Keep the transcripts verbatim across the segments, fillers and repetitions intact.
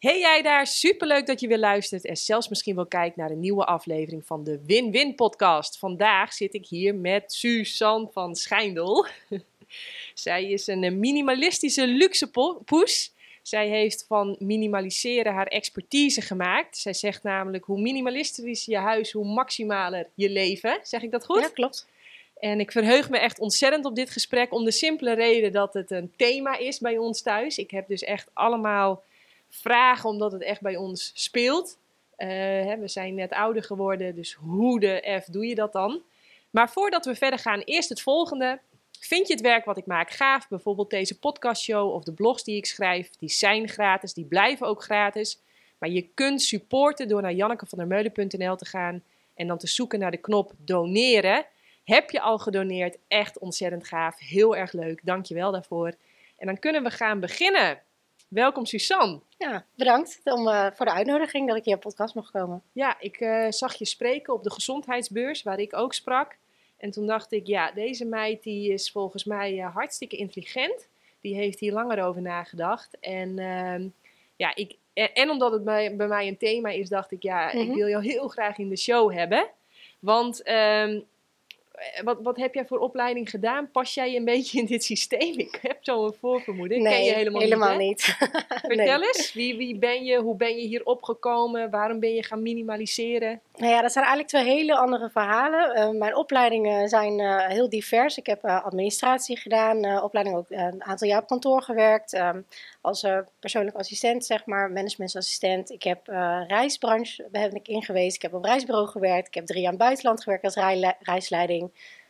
Hey jij daar, superleuk dat je weer luistert en zelfs misschien wel kijkt naar een nieuwe aflevering van de Win-Win podcast. Vandaag zit ik hier met Suzanne van Schijndel. Zij is een minimalistische luxe po- poes. Zij heeft van minimaliseren haar expertise gemaakt. Zij zegt namelijk hoe minimalistisch je huis, hoe maximaler je leven. Zeg ik dat goed? Ja, klopt. En ik verheug me echt ontzettend op dit gesprek om de simpele reden dat het een thema is bij ons thuis. Ik heb dus echt allemaal vragen omdat het echt bij ons speelt. Uh, hè, we zijn net ouder geworden, dus hoe de F doe je dat dan? Maar voordat we verder gaan, eerst het volgende. Vind je het werk wat ik maak gaaf? Bijvoorbeeld deze podcastshow of de blogs die ik schrijf, die zijn gratis, die blijven ook gratis. Maar je kunt supporten door naar jannekevandermeulen punt n l te gaan en dan te zoeken naar de knop doneren. Heb je al gedoneerd? Echt ontzettend gaaf. Heel erg leuk. Dank je wel daarvoor. En dan kunnen we gaan beginnen. Welkom Suzanne. Ja, bedankt om, uh, voor de uitnodiging dat ik hier op podcast mag komen. Ja, ik uh, zag je spreken op de gezondheidsbeurs waar ik ook sprak. En toen dacht ik, ja, deze meid die is volgens mij uh, hartstikke intelligent. Die heeft hier langer over nagedacht. En, uh, ja, ik, en, en omdat het bij, bij mij een thema is, dacht ik, ja, mm-hmm. ik wil jou heel graag in de show hebben. Want... Uh, Wat, wat heb jij voor opleiding gedaan? Pas jij een beetje in dit systeem? Ik heb zo een voorvermoeden. Nee, ken je helemaal, helemaal niet. niet. Vertel nee. eens, wie, wie ben je? Hoe ben je hier opgekomen? Waarom ben je gaan minimaliseren? Nou ja, dat zijn eigenlijk twee hele andere verhalen. Uh, mijn opleidingen zijn uh, heel divers. Ik heb uh, administratie gedaan, uh, opleiding ook uh, een aantal jaar op kantoor gewerkt. Uh, als uh, persoonlijk assistent, zeg maar, managementsassistent. Ik heb uh, reisbranche ben ik ingeweest. Ik heb op reisbureau gewerkt. Ik heb drie jaar in het buitenland gewerkt als rij- reisleiding.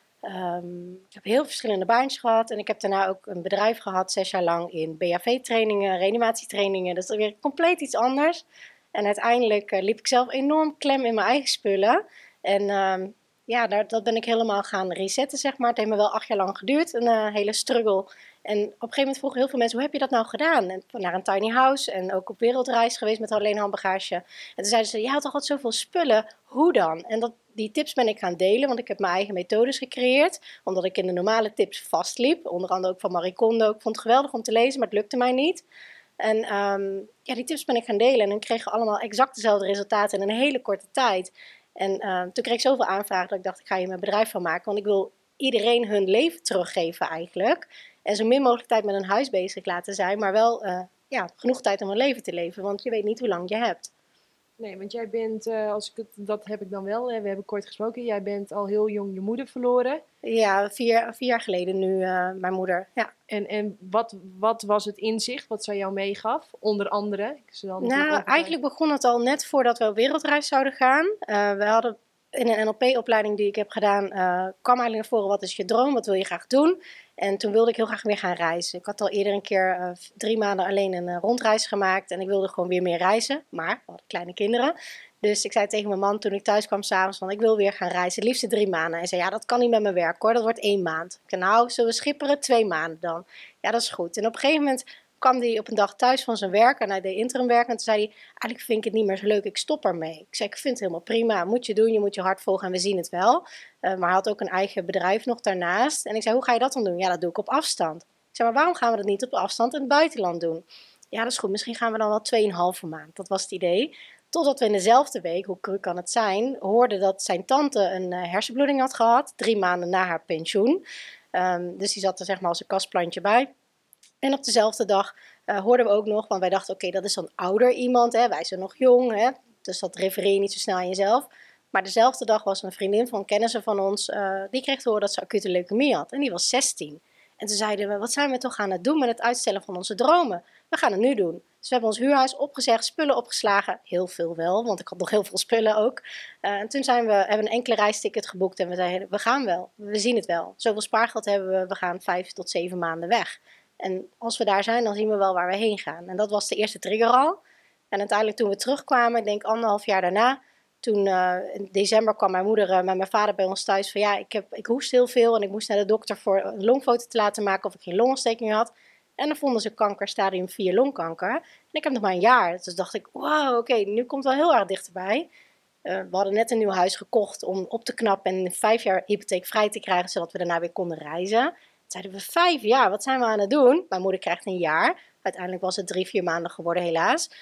Um, ik heb heel verschillende baantjes gehad. En ik heb daarna ook een bedrijf gehad, zes jaar lang in B H V-trainingen, reanimatietrainingen. Dat is weer compleet iets anders. En uiteindelijk uh, liep ik zelf enorm klem in mijn eigen spullen. En um, ja, daar, dat ben ik helemaal gaan resetten, zeg maar. Het heeft me wel acht jaar lang geduurd, een uh, hele struggle. En op een gegeven moment vroegen heel veel mensen, hoe heb je dat nou gedaan? En naar een tiny house en ook op wereldreis geweest met alleen handbagage. En toen zeiden ze, je had toch al zoveel spullen, hoe dan? En dat, die tips ben ik gaan delen, want ik heb mijn eigen methodes gecreëerd. Omdat ik in de normale tips vastliep, onder andere ook van Marie Kondo. Ik vond het geweldig om te lezen, maar het lukte mij niet. En um, ja, die tips ben ik gaan delen en dan kregen we allemaal exact dezelfde resultaten in een hele korte tijd. En uh, toen kreeg ik zoveel aanvragen dat ik dacht, ik ga hier mijn bedrijf van maken. Want ik wil iedereen hun leven teruggeven eigenlijk. En zo min mogelijk tijd met een huis bezig laten zijn, maar wel uh, ja, genoeg tijd om een leven te leven. Want je weet niet hoe lang je hebt. Nee, want jij bent, uh, als ik het, dat heb ik dan wel, hè, we hebben kort gesproken, jij bent al heel jong je moeder verloren. Ja, vier, vier jaar geleden nu, uh, mijn moeder. Ja. En, en wat, wat was het inzicht wat zij jou meegaf, onder andere? Ik zal nou, eigenlijk begon het al net voordat we op wereldreis zouden gaan. Uh, we hadden in een N L P-opleiding die ik heb gedaan, uh, kwam eigenlijk naar voren, wat is je droom, wat wil je graag doen? En toen wilde ik heel graag weer gaan reizen. Ik had al eerder een keer uh, drie maanden alleen een uh, rondreis gemaakt en ik wilde gewoon weer meer reizen. Maar we hadden kleine kinderen. Dus ik zei tegen mijn man toen ik thuis kwam s'avonds van ik wil weer gaan reizen, het liefst drie maanden. Hij zei ja, dat kan niet met mijn werk hoor, dat wordt één maand. Ik zei nou, zullen we schipperen? Twee maanden dan. Ja, dat is goed. En op een gegeven moment kwam hij op een dag thuis van zijn werk en hij deed interimwerk. En toen zei hij, eigenlijk vind ik het niet meer zo leuk, ik stop ermee. Ik zei, ik vind het helemaal prima, moet je doen, je moet je hart volgen en we zien het wel. Uh, maar hij had ook een eigen bedrijf nog daarnaast. En ik zei, hoe ga je dat dan doen? Ja, dat doe ik op afstand. Ik zei, maar waarom gaan we dat niet op afstand in het buitenland doen? Ja, dat is goed, misschien gaan we dan wel tweeënhalve maand. Dat was het idee. Totdat we in dezelfde week, hoe cru kan het zijn, hoorden dat zijn tante een uh, hersenbloeding had gehad. Drie maanden na haar pensioen. Um, dus die zat er zeg maar als een kastplantje bij. En op dezelfde dag uh, hoorden we ook nog, want wij dachten oké, okay, dat is dan ouder iemand, hè? Wij zijn nog jong, hè? Dus dat refereer je niet zo snel aan jezelf. Maar dezelfde dag was een vriendin van kennissen van ons, uh, die kreeg te horen dat ze acute leukemie had. En die was zestien. En toen zeiden we, wat zijn we toch aan het doen met het uitstellen van onze dromen? We gaan het nu doen. Dus we hebben ons huurhuis opgezegd, spullen opgeslagen. Heel veel wel, want ik had nog heel veel spullen ook. Uh, en toen zijn we, hebben we een enkele reisticket geboekt en we zeiden, we gaan wel. We zien het wel. Zoveel spaargeld hebben we, we gaan vijf tot zeven maanden weg. En als we daar zijn, dan zien we wel waar we heen gaan. En dat was de eerste trigger al. En uiteindelijk toen we terugkwamen, ik denk anderhalf jaar daarna, toen uh, in december kwam mijn moeder uh, met mijn vader bij ons thuis van ja, ik, heb, ik hoest heel veel en ik moest naar de dokter voor een longfoto te laten maken of ik geen longontsteking had. En dan vonden ze kanker, stadium vier longkanker. En ik heb nog maar een jaar. Dus dacht ik, wauw, oké, okay, nu komt het wel heel erg dichterbij. Uh, we hadden net een nieuw huis gekocht om op te knappen en in vijf jaar hypotheek vrij te krijgen, zodat we daarna weer konden reizen. Zeiden we vijf jaar, wat zijn we aan het doen? Mijn moeder krijgt een jaar. Uiteindelijk was het drie, vier maanden geworden helaas.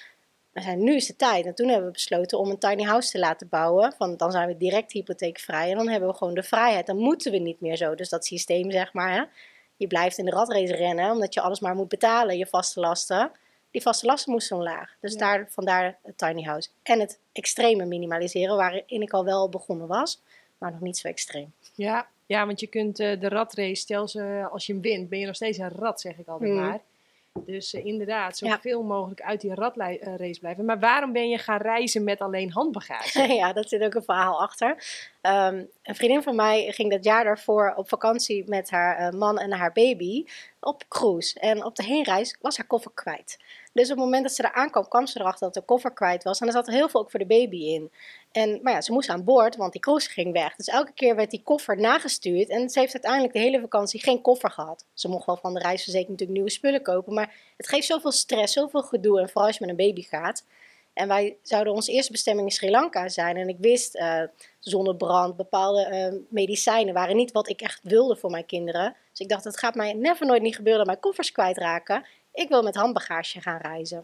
We zijn, nu is de tijd. En toen hebben we besloten om een tiny house te laten bouwen. Van, dan zijn we direct hypotheekvrij. En dan hebben we gewoon de vrijheid. Dan moeten we niet meer zo. Dus dat systeem, zeg maar. Hè? Je blijft in de ratrace rennen, omdat je alles maar moet betalen, je vaste lasten. Die vaste lasten moesten omlaag. Dus Ja. daar, vandaar het tiny house. En het extreme minimaliseren, waarin ik al wel begonnen was. Maar nog niet zo extreem. Ja, ja, want je kunt uh, de ratrace, stel ze, als je hem wint, ben je nog steeds een rat, zeg ik altijd Mm. maar. Dus uh, inderdaad, Ja. zoveel mogelijk uit die ratrace blijven. Maar waarom ben je gaan reizen met alleen handbagage? Ja, dat zit ook een verhaal achter. Um, een vriendin van mij ging dat jaar daarvoor op vakantie met haar uh, man en haar baby op cruise. En op de heenreis was haar koffer kwijt. Dus op het moment dat ze er aankwam, kwam ze erachter dat de koffer kwijt was. En er zat er heel veel ook voor de baby in. En, maar ja, ze moest aan boord, want die cruise ging weg. Dus elke keer werd die koffer nagestuurd. En ze heeft uiteindelijk de hele vakantie geen koffer gehad. Ze mocht wel van de reisverzekering natuurlijk nieuwe spullen kopen. Maar het geeft zoveel stress, zoveel gedoe. En vooral als je met een baby gaat. En wij zouden onze eerste bestemming in Sri Lanka zijn. En ik wist, uh, zonnebrand, bepaalde uh, medicijnen waren niet wat ik echt wilde voor mijn kinderen. Dus ik dacht, het gaat mij never nooit niet gebeuren dat mijn koffers kwijtraken. Ik wil met handbagage gaan reizen.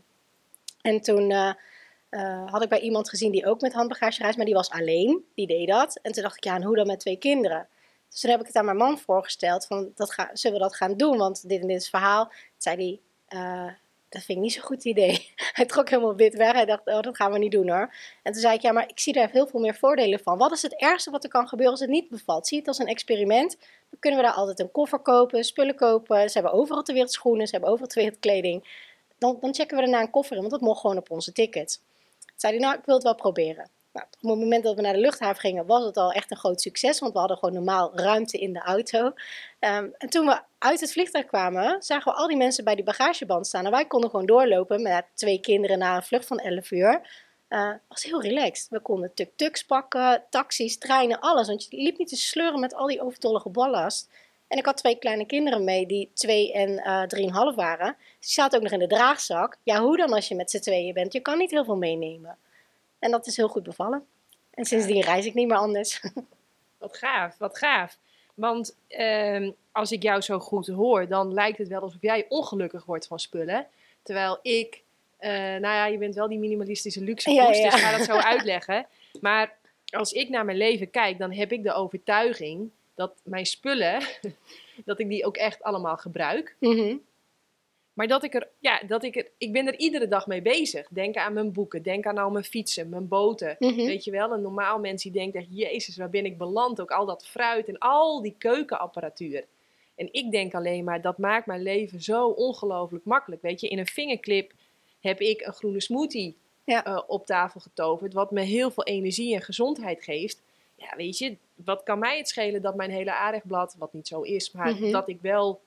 En toen uh, uh, had ik bij iemand gezien die ook met handbagage reist, maar die was alleen. Die deed dat. En toen dacht ik, ja, en hoe dan met twee kinderen? Dus toen heb ik het aan mijn man voorgesteld, van, dat ga, zullen we dat gaan doen? Want dit en dit is het verhaal. Toen zei hij... Uh, Dat vind ik niet zo'n goed idee. Hij trok helemaal wit weg. Hij dacht, oh, dat gaan we niet doen hoor. En toen zei ik, ja, maar ik zie daar heel veel meer voordelen van. Wat is het ergste wat er kan gebeuren als het niet bevalt? Zie het als een experiment. Dan kunnen we daar altijd een koffer kopen, spullen kopen. Ze hebben overal ter wereld schoenen, ze hebben overal ter wereld kleding. Dan, dan checken we daarna een koffer in, want dat mocht gewoon op onze ticket. Toen zei hij, nou, ik wil het wel proberen. Nou, op het moment dat we naar de luchthaven gingen, was het al echt een groot succes. Want we hadden gewoon normaal ruimte in de auto. Um, en toen we uit het vliegtuig kwamen, zagen we al die mensen bij die bagageband staan. En wij konden gewoon doorlopen met twee kinderen na een vlucht van elf uur. Het uh, was heel relaxed. We konden tuk-tuks pakken, taxis, treinen, alles. Want je liep niet te sleuren met al die overtollige ballast. En ik had twee kleine kinderen mee die twee en uh, drieënhalf waren. Die zaten ook nog in de draagzak. Ja, hoe dan als je met z'n tweeën bent? Je kan niet heel veel meenemen. En dat is heel goed bevallen. En sindsdien reis ik niet meer anders. Wat gaaf, wat gaaf. Want uh, als ik jou zo goed hoor, dan lijkt het wel alsof jij ongelukkig wordt van spullen. Terwijl ik, uh, nou ja, je bent wel die minimalistische luxe poes, ja, ja. Dus ik ga dat zo uitleggen. Maar als ik naar mijn leven kijk, dan heb ik de overtuiging dat mijn spullen, dat ik die ook echt allemaal gebruik. Mm-hmm. Maar dat ik er, ja, dat ik er, ik ben er iedere dag mee bezig. Denk aan mijn boeken, denk aan al mijn fietsen, mijn boten. Mm-hmm. Weet je wel, een normaal mens die denkt echt, jezus, waar ben ik beland? Ook al dat fruit en al die keukenapparatuur. En ik denk alleen maar, dat maakt mijn leven zo ongelooflijk makkelijk. Weet je, in een vingerclip heb ik een groene smoothie ja. uh, op tafel getoverd, wat me heel veel energie en gezondheid geeft. Ja, weet je, wat kan mij het schelen dat mijn hele aardigblad, wat niet zo is, maar mm-hmm. dat ik wel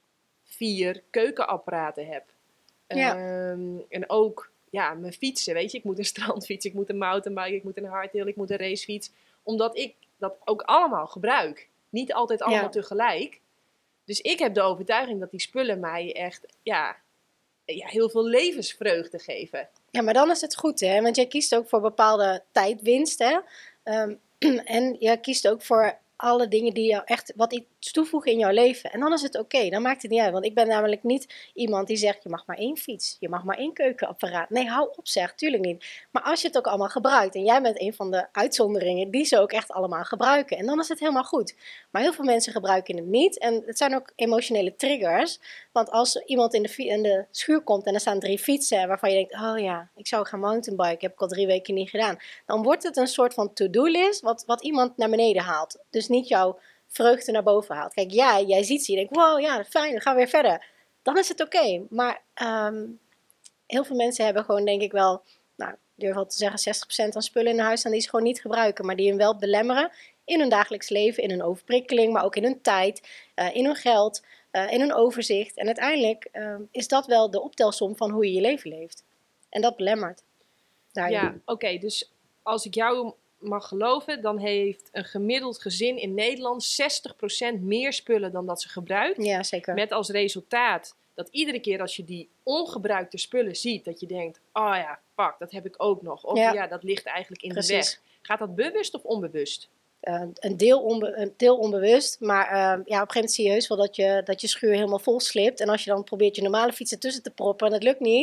vier keukenapparaten heb. Ja. Um, en ook ja, mijn fietsen, weet je. Ik moet een strandfiets, ik moet een mountainbike, ik moet een hardtail, ik moet een racefiets. Omdat ik dat ook allemaal gebruik. Niet altijd allemaal ja. tegelijk. Dus ik heb de overtuiging dat die spullen mij echt ja, ja, heel veel levensvreugde geven. Ja, maar dan is het goed, hè. Want jij kiest ook voor bepaalde tijdwinst, hè. Um, en jij kiest ook voor alle dingen die jou echt wat iets toevoegen in jouw leven. En dan is het oké, okay. Dan maakt het niet uit. Want ik ben namelijk niet iemand die zegt, je mag maar één fiets, je mag maar één keukenapparaat. Nee, hou op zeg, tuurlijk niet. Maar als je het ook allemaal gebruikt, en jij bent een van de uitzonderingen die ze ook echt allemaal gebruiken. En dan is het helemaal goed. Maar heel veel mensen gebruiken het niet. En het zijn ook emotionele triggers. Want als iemand in de, in de schuur komt en er staan drie fietsen waarvan je denkt, oh ja, ik zou gaan mountainbiken, heb ik al drie weken niet gedaan. Dan wordt het een soort van to-do-list wat, wat iemand naar beneden haalt. Dus niet jouw vreugde naar boven haalt. Kijk, jij, jij ziet ze, je denkt, wow, ja, fijn, dan gaan we weer verder. Dan is het oké. Okay. Maar um, heel veel mensen hebben gewoon, denk ik wel, nou, ik durf wel te zeggen, zestig procent van spullen in huis staan die ze gewoon niet gebruiken, maar die hen wel belemmeren in hun dagelijks leven, in hun overprikkeling, maar ook in hun tijd, uh, in hun geld, uh, in hun overzicht. En uiteindelijk uh, is dat wel de optelsom van hoe je je leven leeft. En dat belemmert. Daarin. Ja, oké, okay, dus als ik jou mag geloven, dan heeft een gemiddeld gezin in Nederland zestig procent meer spullen dan dat ze gebruikt. Ja, zeker. Met als resultaat dat iedere keer als je die ongebruikte spullen ziet, dat je denkt, oh ja, fuck, dat heb ik ook nog. Of ja, ja dat ligt eigenlijk in Precies. de weg. Gaat dat bewust of onbewust? Uh, een, deel onbe- een deel onbewust, maar uh, ja, op een gegeven moment zie je heus wel dat je, dat je schuur helemaal vol slipt. En als je dan probeert je normale fietsen tussen te proppen en dat lukt niet,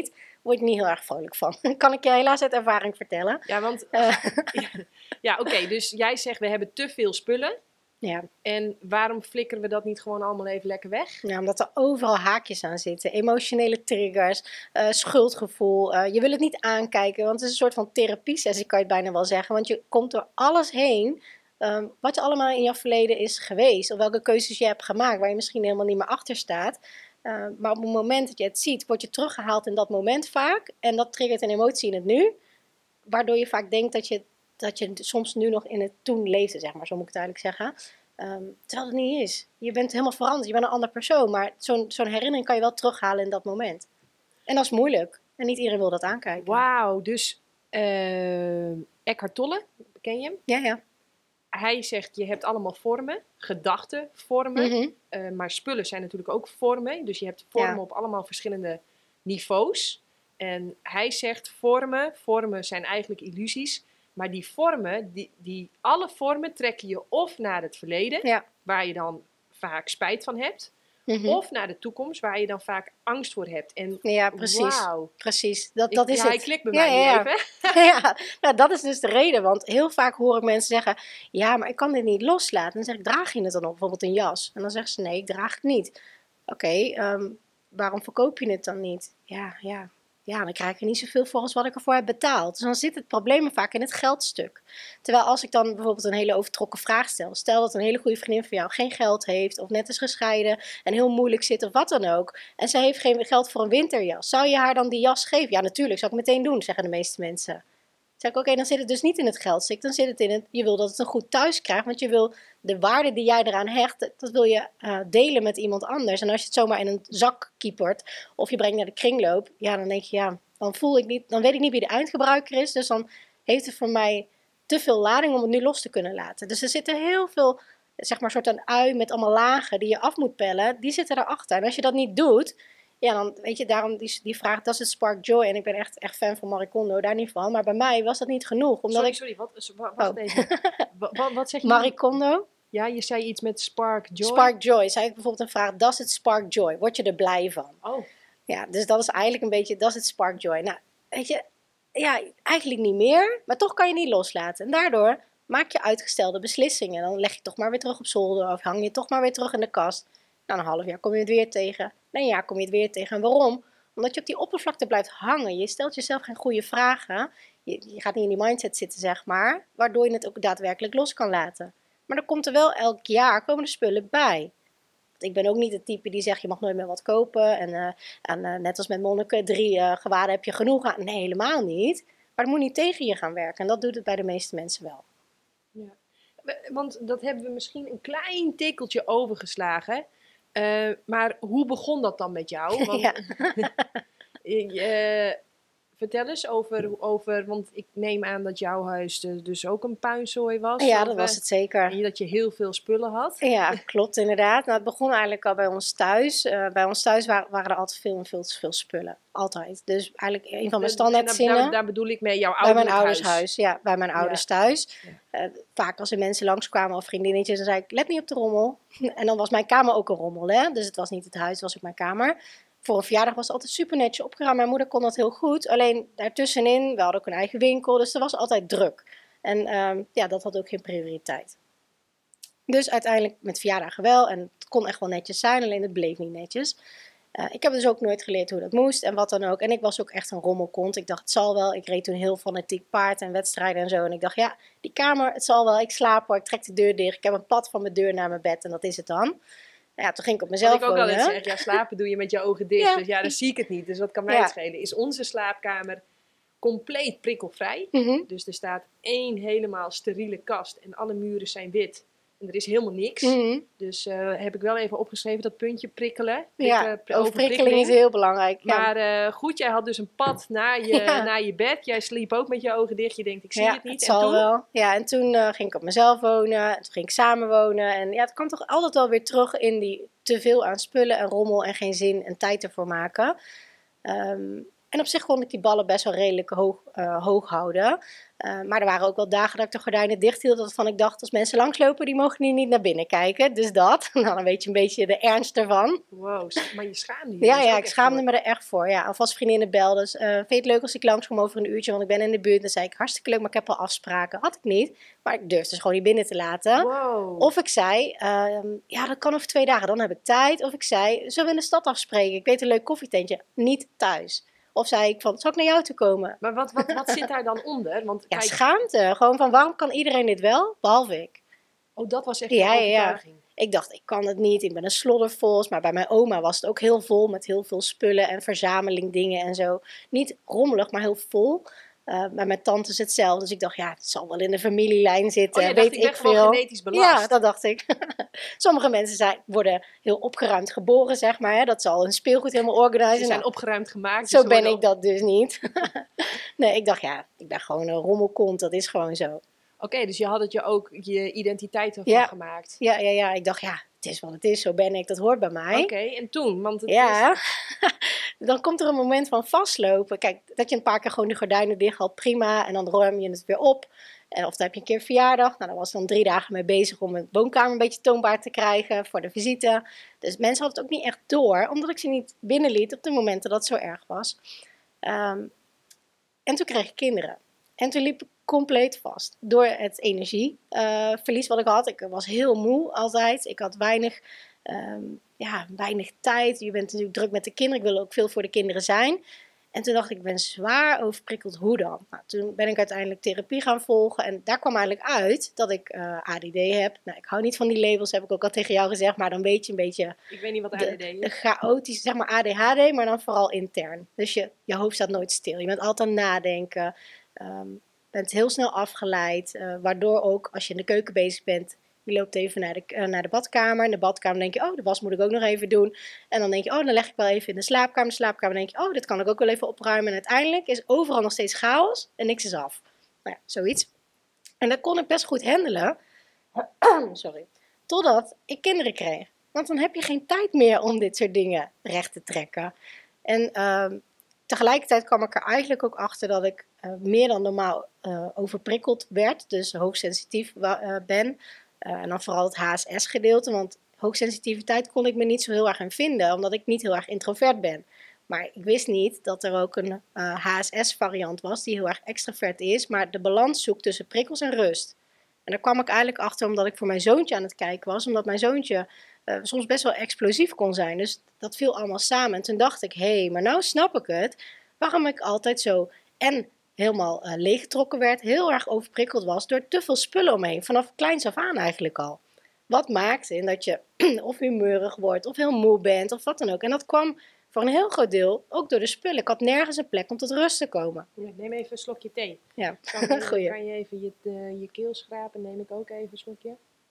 word ik niet heel erg vrolijk van. Kan ik je helaas uit ervaring vertellen. Ja, want... Uh, ja, ja oké. Okay, dus jij zegt, we hebben te veel spullen. Ja. En waarom flikkeren we dat niet gewoon allemaal even lekker weg? Ja, omdat er overal haakjes aan zitten. Emotionele triggers, uh, schuldgevoel. Uh, je wil het niet aankijken, want het is een soort van therapie-sessie, kan je het bijna wel zeggen. Want je komt door alles heen um, wat er allemaal in jouw verleden is geweest. Of welke keuzes je hebt gemaakt, waar je misschien helemaal niet meer achter staat. Uh, maar op het moment dat je het ziet, word je teruggehaald in dat moment vaak. En dat triggert een emotie in het nu. Waardoor je vaak denkt dat je, dat je soms nu nog in het toen leefde, zeg maar. Zo moet ik het eigenlijk zeggen. Um, terwijl het niet is. Je bent helemaal veranderd. Je bent een ander persoon. Maar zo'n, zo'n herinnering kan je wel terughalen in dat moment. En dat is moeilijk. En niet iedereen wil dat aankijken. Wauw. Dus uh, Eckhart Tolle, ken je hem? Ja, ja. Hij zegt, je hebt allemaal vormen, gedachten, vormen. Mm-hmm. Uh, maar spullen zijn natuurlijk ook vormen. Dus je hebt vormen ja. op allemaal verschillende niveaus. En hij zegt, vormen, vormen zijn eigenlijk illusies. Maar die vormen, die, die, alle vormen trekken je of naar het verleden, ja. waar je dan vaak spijt van hebt. Mm-hmm. Of naar de toekomst, waar je dan vaak angst voor hebt. En ja, precies. Wow. precies. Dat, dat ik, is ja, het. Hij klikt bij ja, mij ja, nu even. ja, nou, dat is dus de reden. Want heel vaak hoor ik mensen zeggen, ja, maar ik kan dit niet loslaten. En dan zeg ik, draag je het dan op? Bijvoorbeeld een jas. En dan zeggen ze, nee, ik draag het niet. Oké, okay, um, waarom verkoop je het dan niet? Ja, ja. Ja, dan krijg ik er niet zoveel voor als wat ik ervoor heb betaald. Dus dan zit het probleem vaak in het geldstuk. Terwijl als ik dan bijvoorbeeld een hele overtrokken vraag stel. Stel dat een hele goede vriendin van jou geen geld heeft. Of net is gescheiden en heel moeilijk zit of wat dan ook. En ze heeft geen geld voor een winterjas. Zou je haar dan die jas geven? Ja, natuurlijk, zou ik meteen doen, zeggen de meeste mensen. Dan zeg ik, oké, okay, dan zit het dus niet in het geldstuk. Dan zit het in het, je wil dat het een goed thuis krijgt. Want je wil de waarde die jij eraan hecht, dat wil je uh, delen met iemand anders. En als je het zomaar in een zak kiepert, of je brengt naar de kringloop, ja, dan denk je, ja, dan voel ik niet, dan weet ik niet wie de eindgebruiker is. Dus dan heeft het voor mij te veel lading om het nu los te kunnen laten. Dus er zitten heel veel, zeg maar, soort een ui met allemaal lagen die je af moet pellen. Die zitten erachter. En als je dat niet doet, ja, dan weet je, daarom die, die vraag, does it spark joy? En ik ben echt, echt fan van Marie Kondo, daar niet van. Maar bij mij was dat niet genoeg. Omdat sorry, ik... sorry, wat, wat, wat, oh. even. wat, wat zeg je? Marie Kondo. Ja, je zei iets met spark joy. Spark joy. Zij heeft bijvoorbeeld een vraag, does it spark joy? Word je er blij van? Oh. Ja, dus dat is eigenlijk een beetje, does it spark joy? Nou, weet je, ja, eigenlijk niet meer. Maar toch kan je niet loslaten. En daardoor maak je uitgestelde beslissingen. Dan leg je toch maar weer terug op zolder. Of hang je toch maar weer terug in de kast. Na een half jaar kom je het weer tegen. Na een jaar kom je het weer tegen. En waarom? Omdat je op die oppervlakte blijft hangen. Je stelt jezelf geen goede vragen. Je, je gaat niet in die mindset zitten, zeg maar. Waardoor je het ook daadwerkelijk los kan laten. Maar dan komt er wel elk jaar komen er spullen bij. Want ik ben ook niet het type die zegt, je mag nooit meer wat kopen. En, uh, en uh, net als met monniken, drie uh, gewaden heb je genoeg aan. Nee, helemaal niet. Maar het moet niet tegen je gaan werken. En dat doet het bij de meeste mensen wel. Ja. Want dat hebben we misschien een klein tikkeltje overgeslagen. Uh, maar hoe begon dat dan met jou? Want, ja. uh, vertel eens over, over, want ik neem aan dat jouw huis dus ook een puinzooi was. Ja, of, dat was het zeker. En dat je heel veel spullen had. Ja, klopt inderdaad. Nou, het begon eigenlijk al bij ons thuis. Uh, bij ons thuis waren, waren er altijd veel en veel te veel spullen. Altijd. Dus eigenlijk een van mijn standaardzinnen. Daar, daar bedoel ik mee jouw ouderlijk huis. Bij mijn ouders huis. Ja, bij mijn ouders ja. thuis. Ja. Uh, vaak als er mensen langskwamen of vriendinnetjes, dan zei ik, let niet op de rommel. En dan was mijn kamer ook een rommel, hè. Dus het was niet het huis, het was ook mijn kamer. Voor een verjaardag was het altijd super netjes opgeruimd. Mijn moeder kon dat heel goed. Alleen daartussenin, we hadden ook een eigen winkel. Dus er was altijd druk. En um, ja, dat had ook geen prioriteit. Dus uiteindelijk met verjaardagen wel. En het kon echt wel netjes zijn. Alleen het bleef niet netjes. Uh, ik heb dus ook nooit geleerd hoe dat moest. En wat dan ook. En ik was ook echt een rommelkont. Ik dacht, het zal wel. Ik reed toen heel fanatiek paard en wedstrijden en zo. En ik dacht, ja, die kamer, het zal wel. Ik slaap hoor. Ik trek de deur dicht. Ik heb een pad van mijn deur naar mijn bed. En dat is het dan. Ja, toen ging ik op mezelf wonen. Wat ik ook wonen. altijd zeg, ja, slapen doe je met je ogen dicht. Ja. Dus ja, dan zie ik het niet. Dus wat kan mij ja. het schelen? Is onze slaapkamer compleet prikkelvrij. Mm-hmm. Dus er staat één helemaal steriele kast. En alle muren zijn wit. En er is helemaal niks. Mm-hmm. Dus uh, heb ik wel even opgeschreven dat puntje prikkelen. Ja, pr- overprikkeling is heel belangrijk. Ja. Maar uh, goed, jij had dus een pad naar je, ja. naar je bed. Jij sliep ook met je ogen dicht. Je denkt, ik zie ja, het niet. Het en zal toen? wel. Ja, en toen uh, ging ik op mezelf wonen. En toen ging ik samen wonen. En ja, het kwam toch altijd wel weer terug in die te veel aan spullen en rommel en geen zin en tijd ervoor maken. Um, En op zich kon ik die ballen best wel redelijk hoog, uh, hoog houden. Uh, maar er waren ook wel dagen dat ik de gordijnen dicht hield. Dat van ik dacht, als mensen langslopen, die mogen hier niet naar binnen kijken. Dus dat. Nou, dan weet je een beetje de ernst ervan. Wow, maar je schaamde je. Ja, ja, ik schaamde me er echt voor. Ja, alvast vriendinnen belden. Dus, uh, vind je het leuk als ik langskom over een uurtje? Want ik ben in de buurt. Dan zei ik, hartstikke leuk, maar ik heb al afspraken. Had ik niet. Maar ik durfde dus gewoon niet binnen te laten. Wow. Of ik zei, uh, ja, dat kan over twee dagen. Dan heb ik tijd. Of ik zei, zullen we in de stad afspreken? Ik weet een leuk koffietentje. Niet thuis. Of zei ik van, zal ik naar jou toe komen? Maar wat, wat, wat zit daar dan onder? Want, ja, kijk... schaamte. Gewoon van, waarom kan iedereen dit wel, behalve ik? Oh, dat was echt ja, een overtuiging. Ja. Ik dacht, ik kan het niet. Ik ben een sloddervos. Maar bij mijn oma was het ook heel vol met heel veel spullen en verzameling dingen en zo. Niet rommelig, maar heel vol. Uh, bij mijn tante is hetzelfde. Dus ik dacht, ja, het zal wel in de familielijn zitten. Oh, weet dacht, ik, ik ben veel. Gewoon genetisch belast. Ja, dat dacht ik. Sommige mensen zijn, worden heel opgeruimd geboren, zeg maar. Hè. Dat zal hun speelgoed helemaal organiseren. Ze zijn nou, opgeruimd gemaakt. Zo dus ben ik op... dat dus niet. Nee, ik dacht, ja, ik ben gewoon een rommelkont. Dat is gewoon zo. Oké, okay, dus je had het je ook je identiteit ervan ja. gemaakt. Ja, ja, ja. Ik dacht, ja, het is wat het is. Zo ben ik. Dat hoort bij mij. Oké, okay, en toen? Want het ja. is... Dan komt er een moment van vastlopen. Kijk, dat je een paar keer gewoon de gordijnen dicht had, prima. En dan ruim je het weer op. En of dan heb je een keer verjaardag. Nou, daar was ik dan drie dagen mee bezig om mijn woonkamer een beetje toonbaar te krijgen voor de visite. Dus mensen hadden het ook niet echt door, omdat ik ze niet binnenliet op de momenten dat het zo erg was. Um, en toen kreeg ik kinderen. En toen liep ik compleet vast door het energieverlies uh, wat ik had. Ik was heel moe altijd. Ik had weinig, um, ja, weinig tijd. Je bent natuurlijk druk met de kinderen. Ik wil ook veel voor de kinderen zijn. En toen dacht ik, ik ben zwaar overprikkeld. Hoe dan? Nou, toen ben ik uiteindelijk therapie gaan volgen. En daar kwam eigenlijk uit dat ik uh, A D D heb. Nou, ik hou niet van die labels, heb ik ook al tegen jou gezegd. Maar dan weet je een beetje... Ik weet niet wat A D D is. De chaotisch, zeg maar A D H D, maar dan vooral intern. Dus je, je hoofd staat nooit stil. Je bent altijd aan het nadenken. Um, bent heel snel afgeleid. Uh, waardoor ook, als je in de keuken bezig bent... Je loopt even naar de, uh, naar de badkamer. In de badkamer denk je, oh, de was moet ik ook nog even doen. En dan denk je, oh, dan leg ik wel even in de slaapkamer. In de slaapkamer denk je, oh, dit kan ik ook wel even opruimen. En uiteindelijk is overal nog steeds chaos en niks is af. Nou ja, zoiets. En dat kon ik best goed handelen. Sorry. Totdat ik kinderen kreeg. Want dan heb je geen tijd meer om dit soort dingen recht te trekken. En uh, tegelijkertijd kwam ik er eigenlijk ook achter dat ik uh, meer dan normaal uh, overprikkeld werd. Dus hoogsensitief uh, ben. Uh, en dan vooral het H S S-gedeelte, want hoogsensitiviteit kon ik me niet zo heel erg in vinden, omdat ik niet heel erg introvert ben. Maar ik wist niet dat er ook een uh, H S S-variant was die heel erg extravert is, maar de balans zoekt tussen prikkels en rust. En daar kwam ik eigenlijk achter omdat ik voor mijn zoontje aan het kijken was, omdat mijn zoontje uh, soms best wel explosief kon zijn. Dus dat viel allemaal samen. En toen dacht ik, hé, hey, maar nou snap ik het, waarom ik altijd zo en... helemaal uh, leeggetrokken werd, heel erg overprikkeld was door te veel spullen omheen, vanaf kleins af aan eigenlijk al. Wat maakt in dat je of humeurig wordt, of heel moe bent, of wat dan ook. En dat kwam voor een heel groot deel ook door de spullen. Ik had nergens een plek om tot rust te komen. Ja, neem even een slokje thee. Ja, kan, goeie. Kan je even je, uh, je keel schrapen, neem ik ook even een slokje.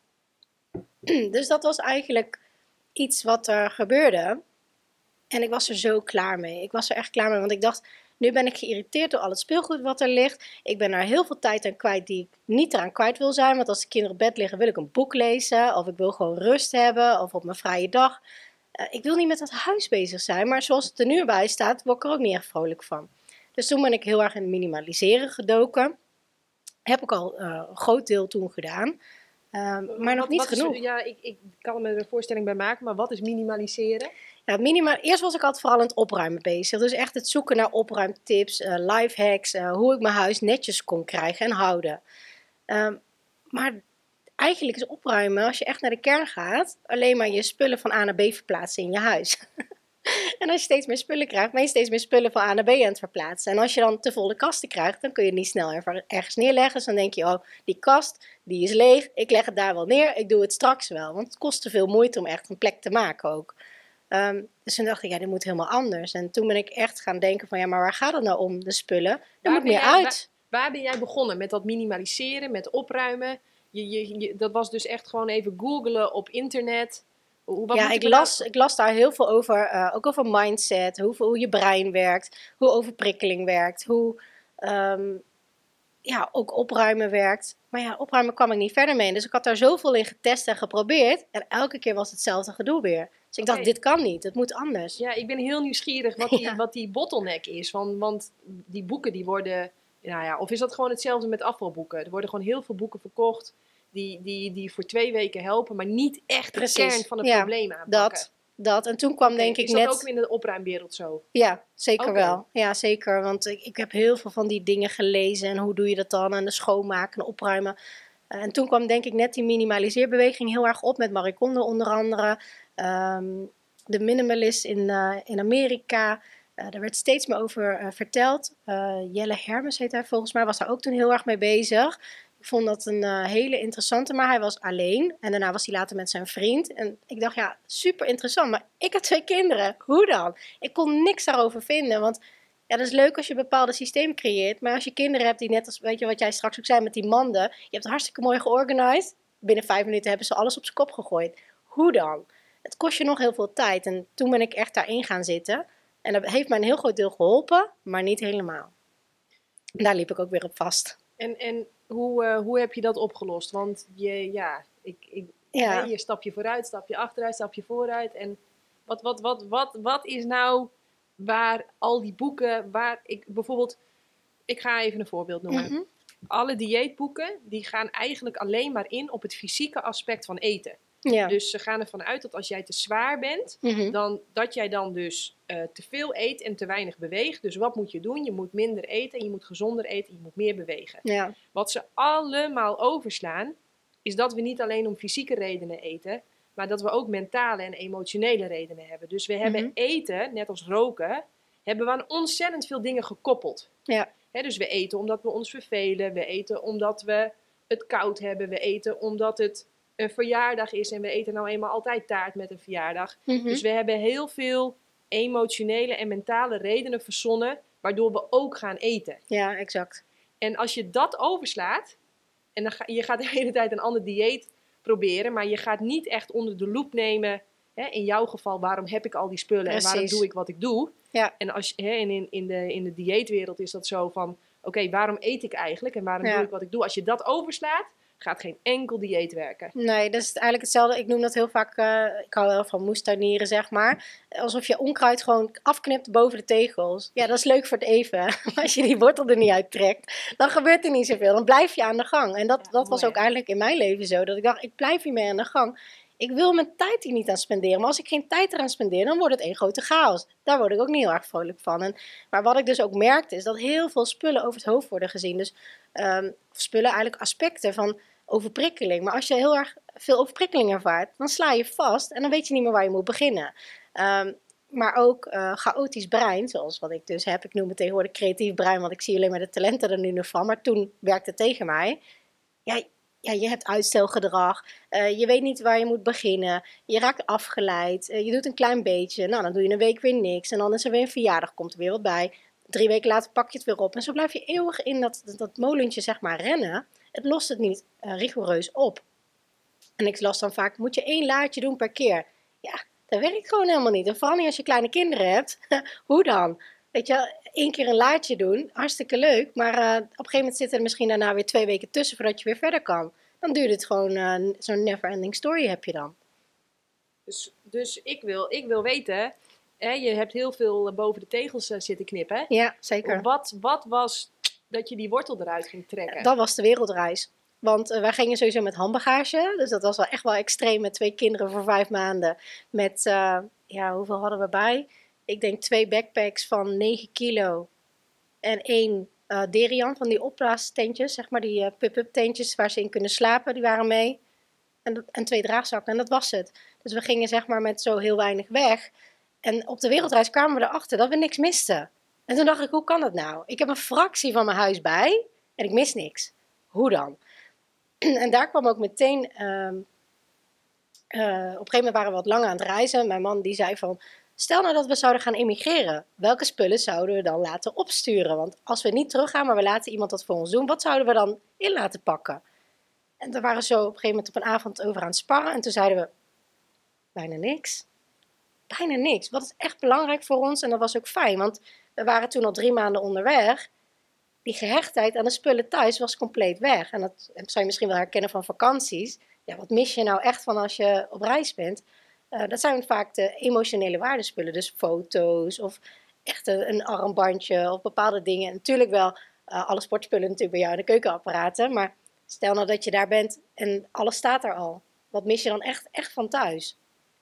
Dus dat was eigenlijk iets wat er gebeurde. En ik was er zo klaar mee. Ik was er echt klaar mee, want ik dacht... Nu ben ik geïrriteerd door al het speelgoed wat er ligt. Ik ben er heel veel tijd aan kwijt die ik niet eraan kwijt wil zijn. Want als de kinderen op bed liggen wil ik een boek lezen. Of ik wil gewoon rust hebben. Of op mijn vrije dag. Uh, ik wil niet met het huis bezig zijn. Maar zoals het er nu bij staat, word ik er ook niet echt vrolijk van. Dus toen ben ik heel erg in het minimaliseren gedoken. Heb ik al uh, een groot deel toen gedaan. Uh, maar nog wat, niet wat genoeg. Is, ja, ik, ik kan me er een voorstelling bij maken. Maar wat is minimaliseren? Ja, minima- Eerst was ik altijd vooral aan het opruimen bezig. Dus echt het zoeken naar opruimtips, uh, lifehacks, uh, hoe ik mijn huis netjes kon krijgen en houden. Um, maar eigenlijk is opruimen, als je echt naar de kern gaat, alleen maar je spullen van A naar B verplaatsen in je huis. En als je steeds meer spullen krijgt, ben je steeds meer spullen van A naar B aan het verplaatsen. En als je dan te volle kasten krijgt, dan kun je het niet snel ergens neerleggen. Dus dan denk je, oh, die kast, die is leeg, ik leg het daar wel neer, ik doe het straks wel. Want het kost te veel moeite om echt een plek te maken ook. Um, dus toen dacht ik, ja, dit moet helemaal anders. En toen ben ik echt gaan denken van, ja, maar waar gaat het nou om, de spullen? Er moet meer jij, uit. Waar, waar ben jij begonnen? Met dat minimaliseren, met opruimen? Je, je, je, dat was dus echt gewoon even googlen op internet. Wat ja, ik las, ik las daar heel veel over. Uh, ook over mindset, hoe, hoe je brein werkt, hoe overprikkeling werkt, hoe um, ja, ook opruimen werkt. Maar ja, opruimen kwam ik niet verder mee. Dus ik had daar zoveel in getest en geprobeerd. En elke keer was hetzelfde gedoe weer. Dus ik Oké. dacht, dit kan niet. Het moet anders. Ja, ik ben heel nieuwsgierig wat die, Ja. wat die bottleneck is. Want, want die boeken die worden... Nou ja, of is dat gewoon hetzelfde met afvalboeken? Er worden gewoon heel veel boeken verkocht die, die, die voor twee weken helpen, maar niet echt de Precies. kern van het Ja, probleem aanpakken. Dat, dat. En toen kwam Oké, denk ik is dat net... ook in de opruimwereld zo? Ja, zeker Oké. wel. Ja, zeker. Want ik, ik heb heel veel van die dingen gelezen. En hoe doe je dat dan? En de schoonmaken en opruimen. Uh, en toen kwam denk ik net die minimaliseerbeweging heel erg op. Met Marie Kondo onder andere. Um, de minimalist in, uh, in Amerika. Uh, er werd steeds meer over uh, verteld. Uh, Jelle Hermes heet hij volgens mij. Was daar ook toen heel erg mee bezig. Ik vond dat een uh, hele interessante, maar hij was alleen. En daarna was hij later met zijn vriend. En ik dacht, ja, super interessant. Maar ik heb twee kinderen. Hoe dan? Ik kon niks daarover vinden. Want ja, dat is leuk als je bepaalde systemen creëert. Maar als je kinderen hebt die net als, weet je wat jij straks ook zei met die manden. Je hebt het hartstikke mooi georganiseerd. Binnen vijf minuten hebben ze alles op zijn kop gegooid. Hoe dan? Het kost je nog heel veel tijd. En toen ben ik echt daarin gaan zitten. En dat heeft mij een heel groot deel geholpen, maar niet helemaal. En daar liep ik ook weer op vast. En, en hoe, uh, hoe heb je dat opgelost? Want je, ja, ik, ik, Ja. Hè, je stap je vooruit, stap je achteruit, stap je vooruit. En wat, wat, wat, wat, wat is nou waar al die boeken, waar ik bijvoorbeeld, ik ga even een voorbeeld noemen. Mm-hmm. Alle dieetboeken, die gaan eigenlijk alleen maar in op het fysieke aspect van eten. Ja. Dus ze gaan ervan uit dat als jij te zwaar bent, Mm-hmm. dan, dat jij dan dus uh, te veel eet en te weinig beweegt. Dus wat moet je doen? Je moet minder eten, je moet gezonder eten, je moet meer bewegen. Ja. Wat ze allemaal overslaan, is dat we niet alleen om fysieke redenen eten, maar dat we ook mentale en emotionele redenen hebben. Dus we hebben Mm-hmm. eten, net als roken, hebben we aan ontzettend veel dingen gekoppeld. Ja. He, dus we eten omdat we ons vervelen, we eten omdat we het koud hebben, we eten omdat het een verjaardag is en we eten nou eenmaal altijd taart met een verjaardag. Mm-hmm. Dus we hebben heel veel emotionele en mentale redenen verzonnen waardoor we ook gaan eten. Ja, exact. En als je dat overslaat en dan ga, je gaat de hele tijd een ander dieet proberen, maar je gaat niet echt onder de loep nemen, hè, in jouw geval, waarom heb ik al die spullen Precies. en waarom doe ik wat ik doe. Ja. En als, hè, in, in, de, in de dieetwereld is dat zo van, oké, okay, waarom eet ik eigenlijk en waarom Ja. doe ik wat ik doe? Als je dat overslaat, gaat geen enkel dieet werken. Nee, dat is eigenlijk hetzelfde. Ik noem dat heel vaak, uh, ik hou wel van moestuinieren, zeg maar. Alsof je onkruid gewoon afknipt boven de tegels. Ja, dat is leuk voor het even. Maar als je die wortel er niet uittrekt, dan gebeurt er niet zoveel. Dan blijf je aan de gang. En dat, Ja, dat was mooi, ook eigenlijk in mijn leven zo. Dat ik dacht, ik blijf hiermee aan de gang. Ik wil mijn tijd hier niet aan spenderen. Maar als ik geen tijd eraan spendeer, dan wordt het één grote chaos. Daar word ik ook niet heel erg vrolijk van. En, maar wat ik dus ook merkte, is dat heel veel spullen over het hoofd worden gezien. Dus um, spullen, eigenlijk aspecten van overprikkeling. Maar als je heel erg veel overprikkeling ervaart, dan sla je vast en dan weet je niet meer waar je moet beginnen. Um, maar ook uh, chaotisch brein, zoals wat ik dus heb. Ik noem het tegenwoordig creatief brein, want ik zie alleen maar de talenten er nu nog van. Maar toen werkte het tegen mij. Ja, ja, je hebt uitstelgedrag. Uh, je weet niet waar je moet beginnen. Je raakt afgeleid. Uh, je doet een klein beetje. Nou, dan doe je een week weer niks. En dan is er weer een verjaardag, komt er weer wat bij. Drie weken later pak je het weer op. En zo blijf je eeuwig in dat, dat, dat molentje, zeg maar, rennen. Het lost het niet uh, rigoureus op. En ik las dan vaak, moet je één laadje doen per keer? Ja, dat werkt gewoon helemaal niet. En vooral niet als je kleine kinderen hebt. Hoe dan? Weet je, één keer een laadje doen, hartstikke leuk. Maar uh, op een gegeven moment zitten er misschien daarna weer twee weken tussen voordat je weer verder kan. Dan duurt het gewoon, uh, zo'n never ending story heb je dan. Dus, dus ik, wil, ik wil weten, hè, je hebt heel veel boven de tegels uh, zitten knippen. Ja, zeker. Wat, wat was dat je die wortel eruit ging trekken? Dat was de wereldreis. Want uh, wij gingen sowieso met handbagage. Dus dat was wel echt wel extreem met twee kinderen voor vijf maanden. Met, uh, ja, hoeveel hadden we bij? Ik denk twee backpacks van negen kilo. En één uh, Derian van die opblaastentjes, zeg maar, die uh, pop-up tentjes waar ze in kunnen slapen, die waren mee. En, dat, en twee draagzakken, en dat was het. Dus we gingen zeg maar met zo heel weinig weg. En op de wereldreis kwamen we erachter dat we niks misten. En toen dacht ik, hoe kan dat nou? Ik heb een fractie van mijn huis bij en ik mis niks. Hoe dan? En daar kwam ook meteen... Uh, uh, op een gegeven moment waren we wat langer aan het reizen. Mijn man die zei van... Stel nou dat we zouden gaan emigreren. Welke spullen zouden we dan laten opsturen? Want als we niet teruggaan, maar we laten iemand dat voor ons doen... Wat zouden we dan in laten pakken? En daar waren we zo op een gegeven moment op een avond over aan het sparren. En toen zeiden we... Bijna niks. Bijna niks. Wat is echt belangrijk voor ons? En dat was ook fijn. Want we waren toen al drie maanden onderweg... Die gehechtheid aan de spullen thuis was compleet weg. En dat zou je misschien wel herkennen van vakanties. Ja, wat mis je nou echt van als je op reis bent? Uh, dat zijn vaak de emotionele waardespullen. Dus foto's of echt een, een armbandje of bepaalde dingen. Natuurlijk wel uh, alle sportspullen natuurlijk bij jou in de keukenapparaten. Maar stel nou dat je daar bent en alles staat er al. Wat mis je dan echt, echt van thuis?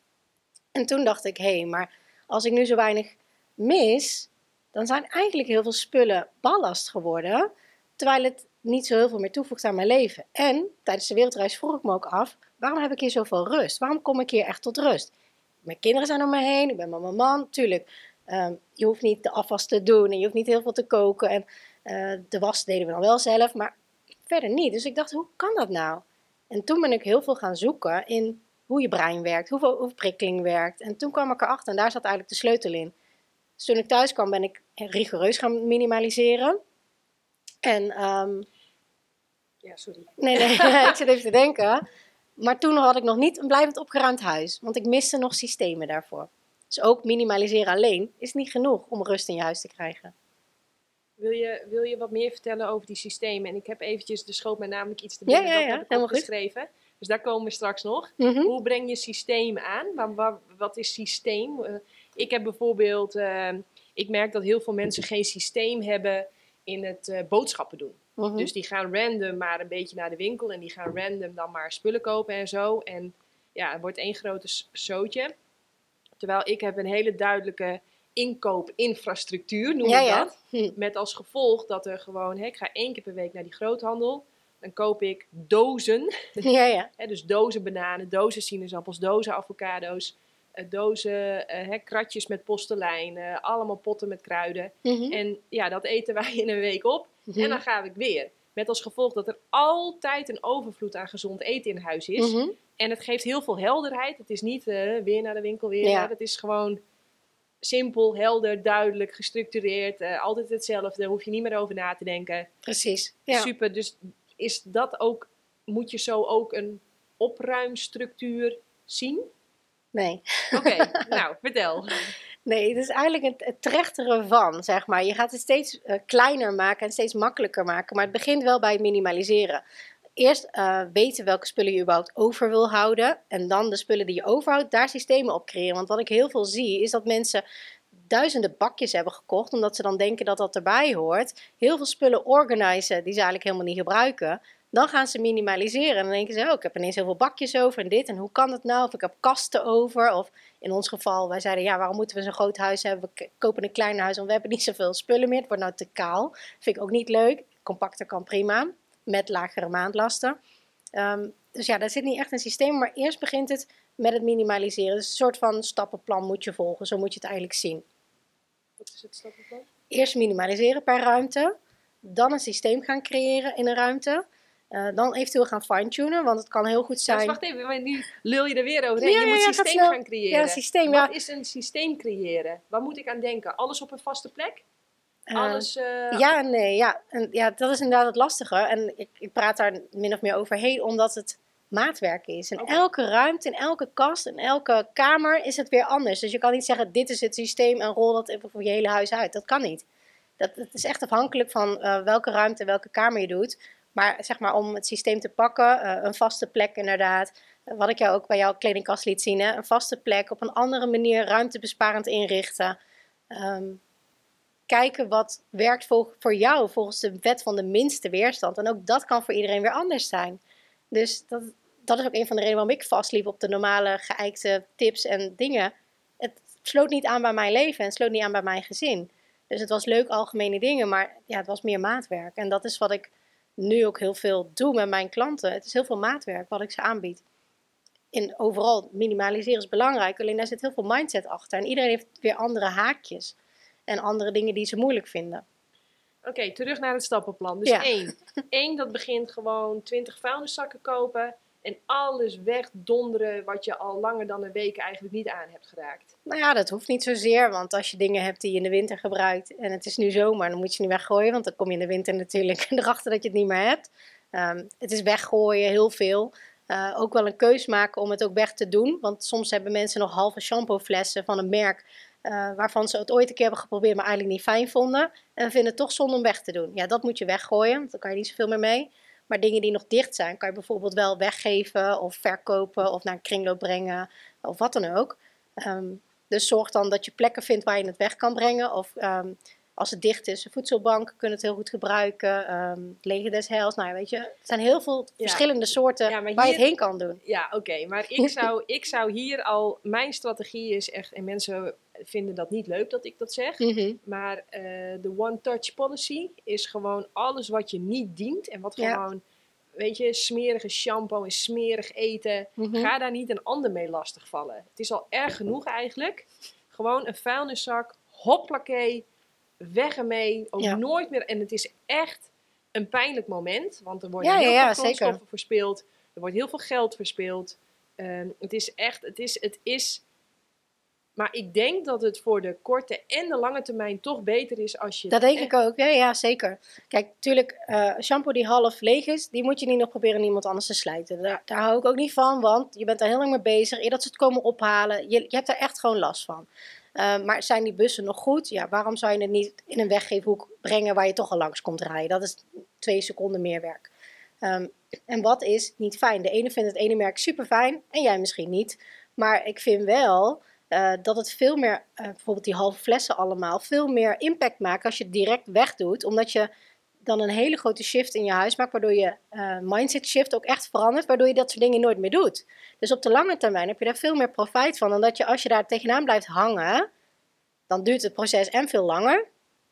En toen dacht ik, hé, hey, maar als ik nu zo weinig mis, dan zijn eigenlijk heel veel spullen ballast geworden. Terwijl het niet zo heel veel meer toevoegt aan mijn leven. En tijdens de wereldreis vroeg ik me ook af, waarom heb ik hier zoveel rust? Waarom kom ik hier echt tot rust? Mijn kinderen zijn om me heen, ik ben met mijn man. Tuurlijk, um, je hoeft niet de afwas te doen en je hoeft niet heel veel te koken. En uh, de was deden we dan wel zelf, maar verder niet. Dus ik dacht, hoe kan dat nou? En toen ben ik heel veel gaan zoeken in hoe je brein werkt, hoe, hoe prikkeling werkt. En toen kwam ik erachter en daar zat eigenlijk de sleutel in. Dus toen ik thuis kwam ben ik rigoureus gaan minimaliseren. En, um, ja, sorry. Nee, nee, ik zit even te denken. Maar toen had ik nog niet een blijvend opgeruimd huis. Want ik miste nog systemen daarvoor. Dus ook minimaliseren alleen is niet genoeg om rust in je huis te krijgen. Wil je, wil je wat meer vertellen over die systemen? En ik heb eventjes, er schoot mij namelijk iets te binnen, ja, ja, ja, dat heb ik helemaal opgeschreven. Goed. Dus daar komen we straks nog. Mm-hmm. Hoe breng je systeem aan? Wat, wat, wat is systeem? Uh, ik heb bijvoorbeeld, uh, ik merk dat heel veel mensen geen systeem hebben in het uh, boodschappen doen. Mm-hmm. Dus die gaan random maar een beetje naar de winkel en die gaan random dan maar spullen kopen en zo. En ja, het wordt één grote zootje. Terwijl ik heb een hele duidelijke inkoopinfrastructuur, noem ja, ik ja. dat. Hm. Met als gevolg dat er gewoon, hè, ik ga één keer per week naar die groothandel. Dan koop ik dozen. Ja, ja. Hè, dus dozen bananen, dozen sinaasappels, dozen avocado's. Uh, dozen, uh, hè, kratjes met postelijn. Uh, allemaal potten met kruiden. Mm-hmm. En ja, dat eten wij in een week op. Mm-hmm. En dan ga ik weer. Met als gevolg dat er altijd een overvloed aan gezond eten in huis is. Mm-hmm. En het geeft heel veel helderheid. Het is niet uh, weer naar de winkel, weer. Ja. Het is gewoon simpel, helder, duidelijk, gestructureerd. Uh, altijd hetzelfde. Daar hoef je niet meer over na te denken. Precies. Ja. Super. Dus is dat ook, moet je zo ook een opruimstructuur zien? Nee. Oké, okay, nou, vertel. Nee, het is eigenlijk het, het trechteren van, zeg maar. Je gaat het steeds uh, kleiner maken en steeds makkelijker maken. Maar het begint wel bij het minimaliseren. Eerst uh, weten welke spullen je überhaupt over wil houden. En dan de spullen die je overhoudt, daar systemen op creëren. Want wat ik heel veel zie, is dat mensen duizenden bakjes hebben gekocht, omdat ze dan denken dat dat erbij hoort. Heel veel spullen organisen die ze eigenlijk helemaal niet gebruiken. Dan gaan ze minimaliseren en dan denken ze, oh, ik heb ineens heel veel bakjes over en dit en hoe kan het nou? Of ik heb kasten over. Of in ons geval, wij zeiden, ja, waarom moeten we zo'n groot huis hebben? We kopen een klein huis, want we hebben niet zoveel spullen meer. Het wordt nou te kaal. Vind ik ook niet leuk. Compacter kan prima, met lagere maandlasten. Um, dus ja, daar zit niet echt een systeem, maar eerst begint het met het minimaliseren. Dus een soort van stappenplan moet je volgen, zo moet je het eigenlijk zien. Wat is het stappenplan? Eerst minimaliseren per ruimte, dan een systeem gaan creëren in een ruimte. Uh, dan eventueel gaan fine-tunen, want het kan heel goed zijn... Dus wacht even, maar nu lul je er weer overheen. Ja, je moet ja, een systeem gaan creëren. Ja, systeem, Wat ja. is een systeem creëren? Waar moet ik aan denken? Alles op een vaste plek? Uh, Alles... Uh... Ja en nee, ja. En, ja. Dat is inderdaad het lastige. En ik, ik praat daar min of meer overheen, omdat het maatwerk is. In okay. elke ruimte, in elke kast, in elke kamer is het weer anders. Dus je kan niet zeggen, dit is het systeem en rol dat even voor je hele huis uit. Dat kan niet. Dat, dat is echt afhankelijk van uh, welke ruimte, welke kamer je doet. Maar zeg maar om het systeem te pakken, uh, een vaste plek inderdaad. Uh, wat ik jou ook bij jouw kledingkast liet zien. Hè? Een vaste plek, op een andere manier ruimtebesparend inrichten. Um, kijken wat werkt voor, voor jou volgens de wet van de minste weerstand. En ook dat kan voor iedereen weer anders zijn. Dus dat, dat is ook een van de redenen waarom ik vastliep op de normale geëikte tips en dingen. Het sloot niet aan bij mijn leven en het sloot niet aan bij mijn gezin. Dus het was leuk algemene dingen, maar ja, het was meer maatwerk. En dat is wat ik nu ook heel veel doe met mijn klanten. Het is heel veel maatwerk wat ik ze aanbied. En overal, minimaliseren is belangrijk, alleen daar zit heel veel mindset achter. En iedereen heeft weer andere haakjes en andere dingen die ze moeilijk vinden. Oké, okay, terug naar het stappenplan. Dus ja. één. Eén, dat begint gewoon twintig vuilniszakken kopen en alles wegdonderen wat je al langer dan een week eigenlijk niet aan hebt geraakt. Nou ja, dat hoeft niet zozeer, want als je dingen hebt die je in de winter gebruikt en het is nu zomer, dan moet je ze niet weggooien, want dan kom je in de winter natuurlijk erachter dat je het niet meer hebt. Um, het is weggooien, heel veel. Uh, ook wel een keus maken om het ook weg te doen, want soms hebben mensen nog halve shampooflessen van een merk uh, waarvan ze het ooit een keer hebben geprobeerd, maar eigenlijk niet fijn vonden en vinden het toch zonde om weg te doen. Ja, dat moet je weggooien, want dan kan je niet zoveel meer mee. Maar dingen die nog dicht zijn, kan je bijvoorbeeld wel weggeven of verkopen of naar een kringloop brengen of wat dan ook. Um, dus zorg dan dat je plekken vindt waar je het weg kan brengen. Of um, als het dicht is, voedselbanken kunnen het heel goed gebruiken. Um, Leger des Heils, nou ja, weet je. Er zijn heel veel ja. verschillende soorten ja, waar hier, je het heen kan doen. Ja, oké. Okay, maar ik zou, ik zou hier al... Mijn strategie is echt... En mensen vinden dat niet leuk dat ik dat zeg. Mm-hmm. Maar uh, de one-touch policy is gewoon alles wat je niet dient. En wat ja. gewoon... Weet je, smerige shampoo en smerig eten. Mm-hmm. Ga daar niet een ander mee lastigvallen. Het is al erg genoeg eigenlijk. Gewoon een vuilniszak, hoplakee, weg ermee. Ook ja. nooit meer. En het is echt een pijnlijk moment. Want er worden ja, heel ja, veel grondstoffen zeker. verspild. Er wordt heel veel geld verspild. Um, het is echt, het is, het is... Maar ik denk dat het voor de korte en de lange termijn toch beter is als je... Dat denk echt... ik ook, ja, ja zeker. Kijk, natuurlijk, uh, shampoo die half leeg is, die moet je niet nog proberen iemand anders te slijten. Daar, daar hou ik ook niet van, want je bent daar heel lang mee bezig. Eer dat ze het komen ophalen, je, je hebt daar echt gewoon last van. Uh, maar zijn die bussen nog goed? Ja, waarom zou je het niet in een weggeefhoek brengen waar je toch al langs komt rijden? Dat is twee seconden meer werk. Um, en wat is niet fijn? De ene vindt het ene merk super fijn en jij misschien niet. Maar ik vind wel... Uh, dat het veel meer, uh, bijvoorbeeld die halve flessen allemaal, veel meer impact maakt als je het direct wegdoet. Omdat je dan een hele grote shift in je huis maakt, waardoor je uh, mindset shift ook echt verandert, waardoor je dat soort dingen nooit meer doet. Dus op de lange termijn heb je daar veel meer profijt van dan dat je, als je daar tegenaan blijft hangen, dan duurt het proces en veel langer.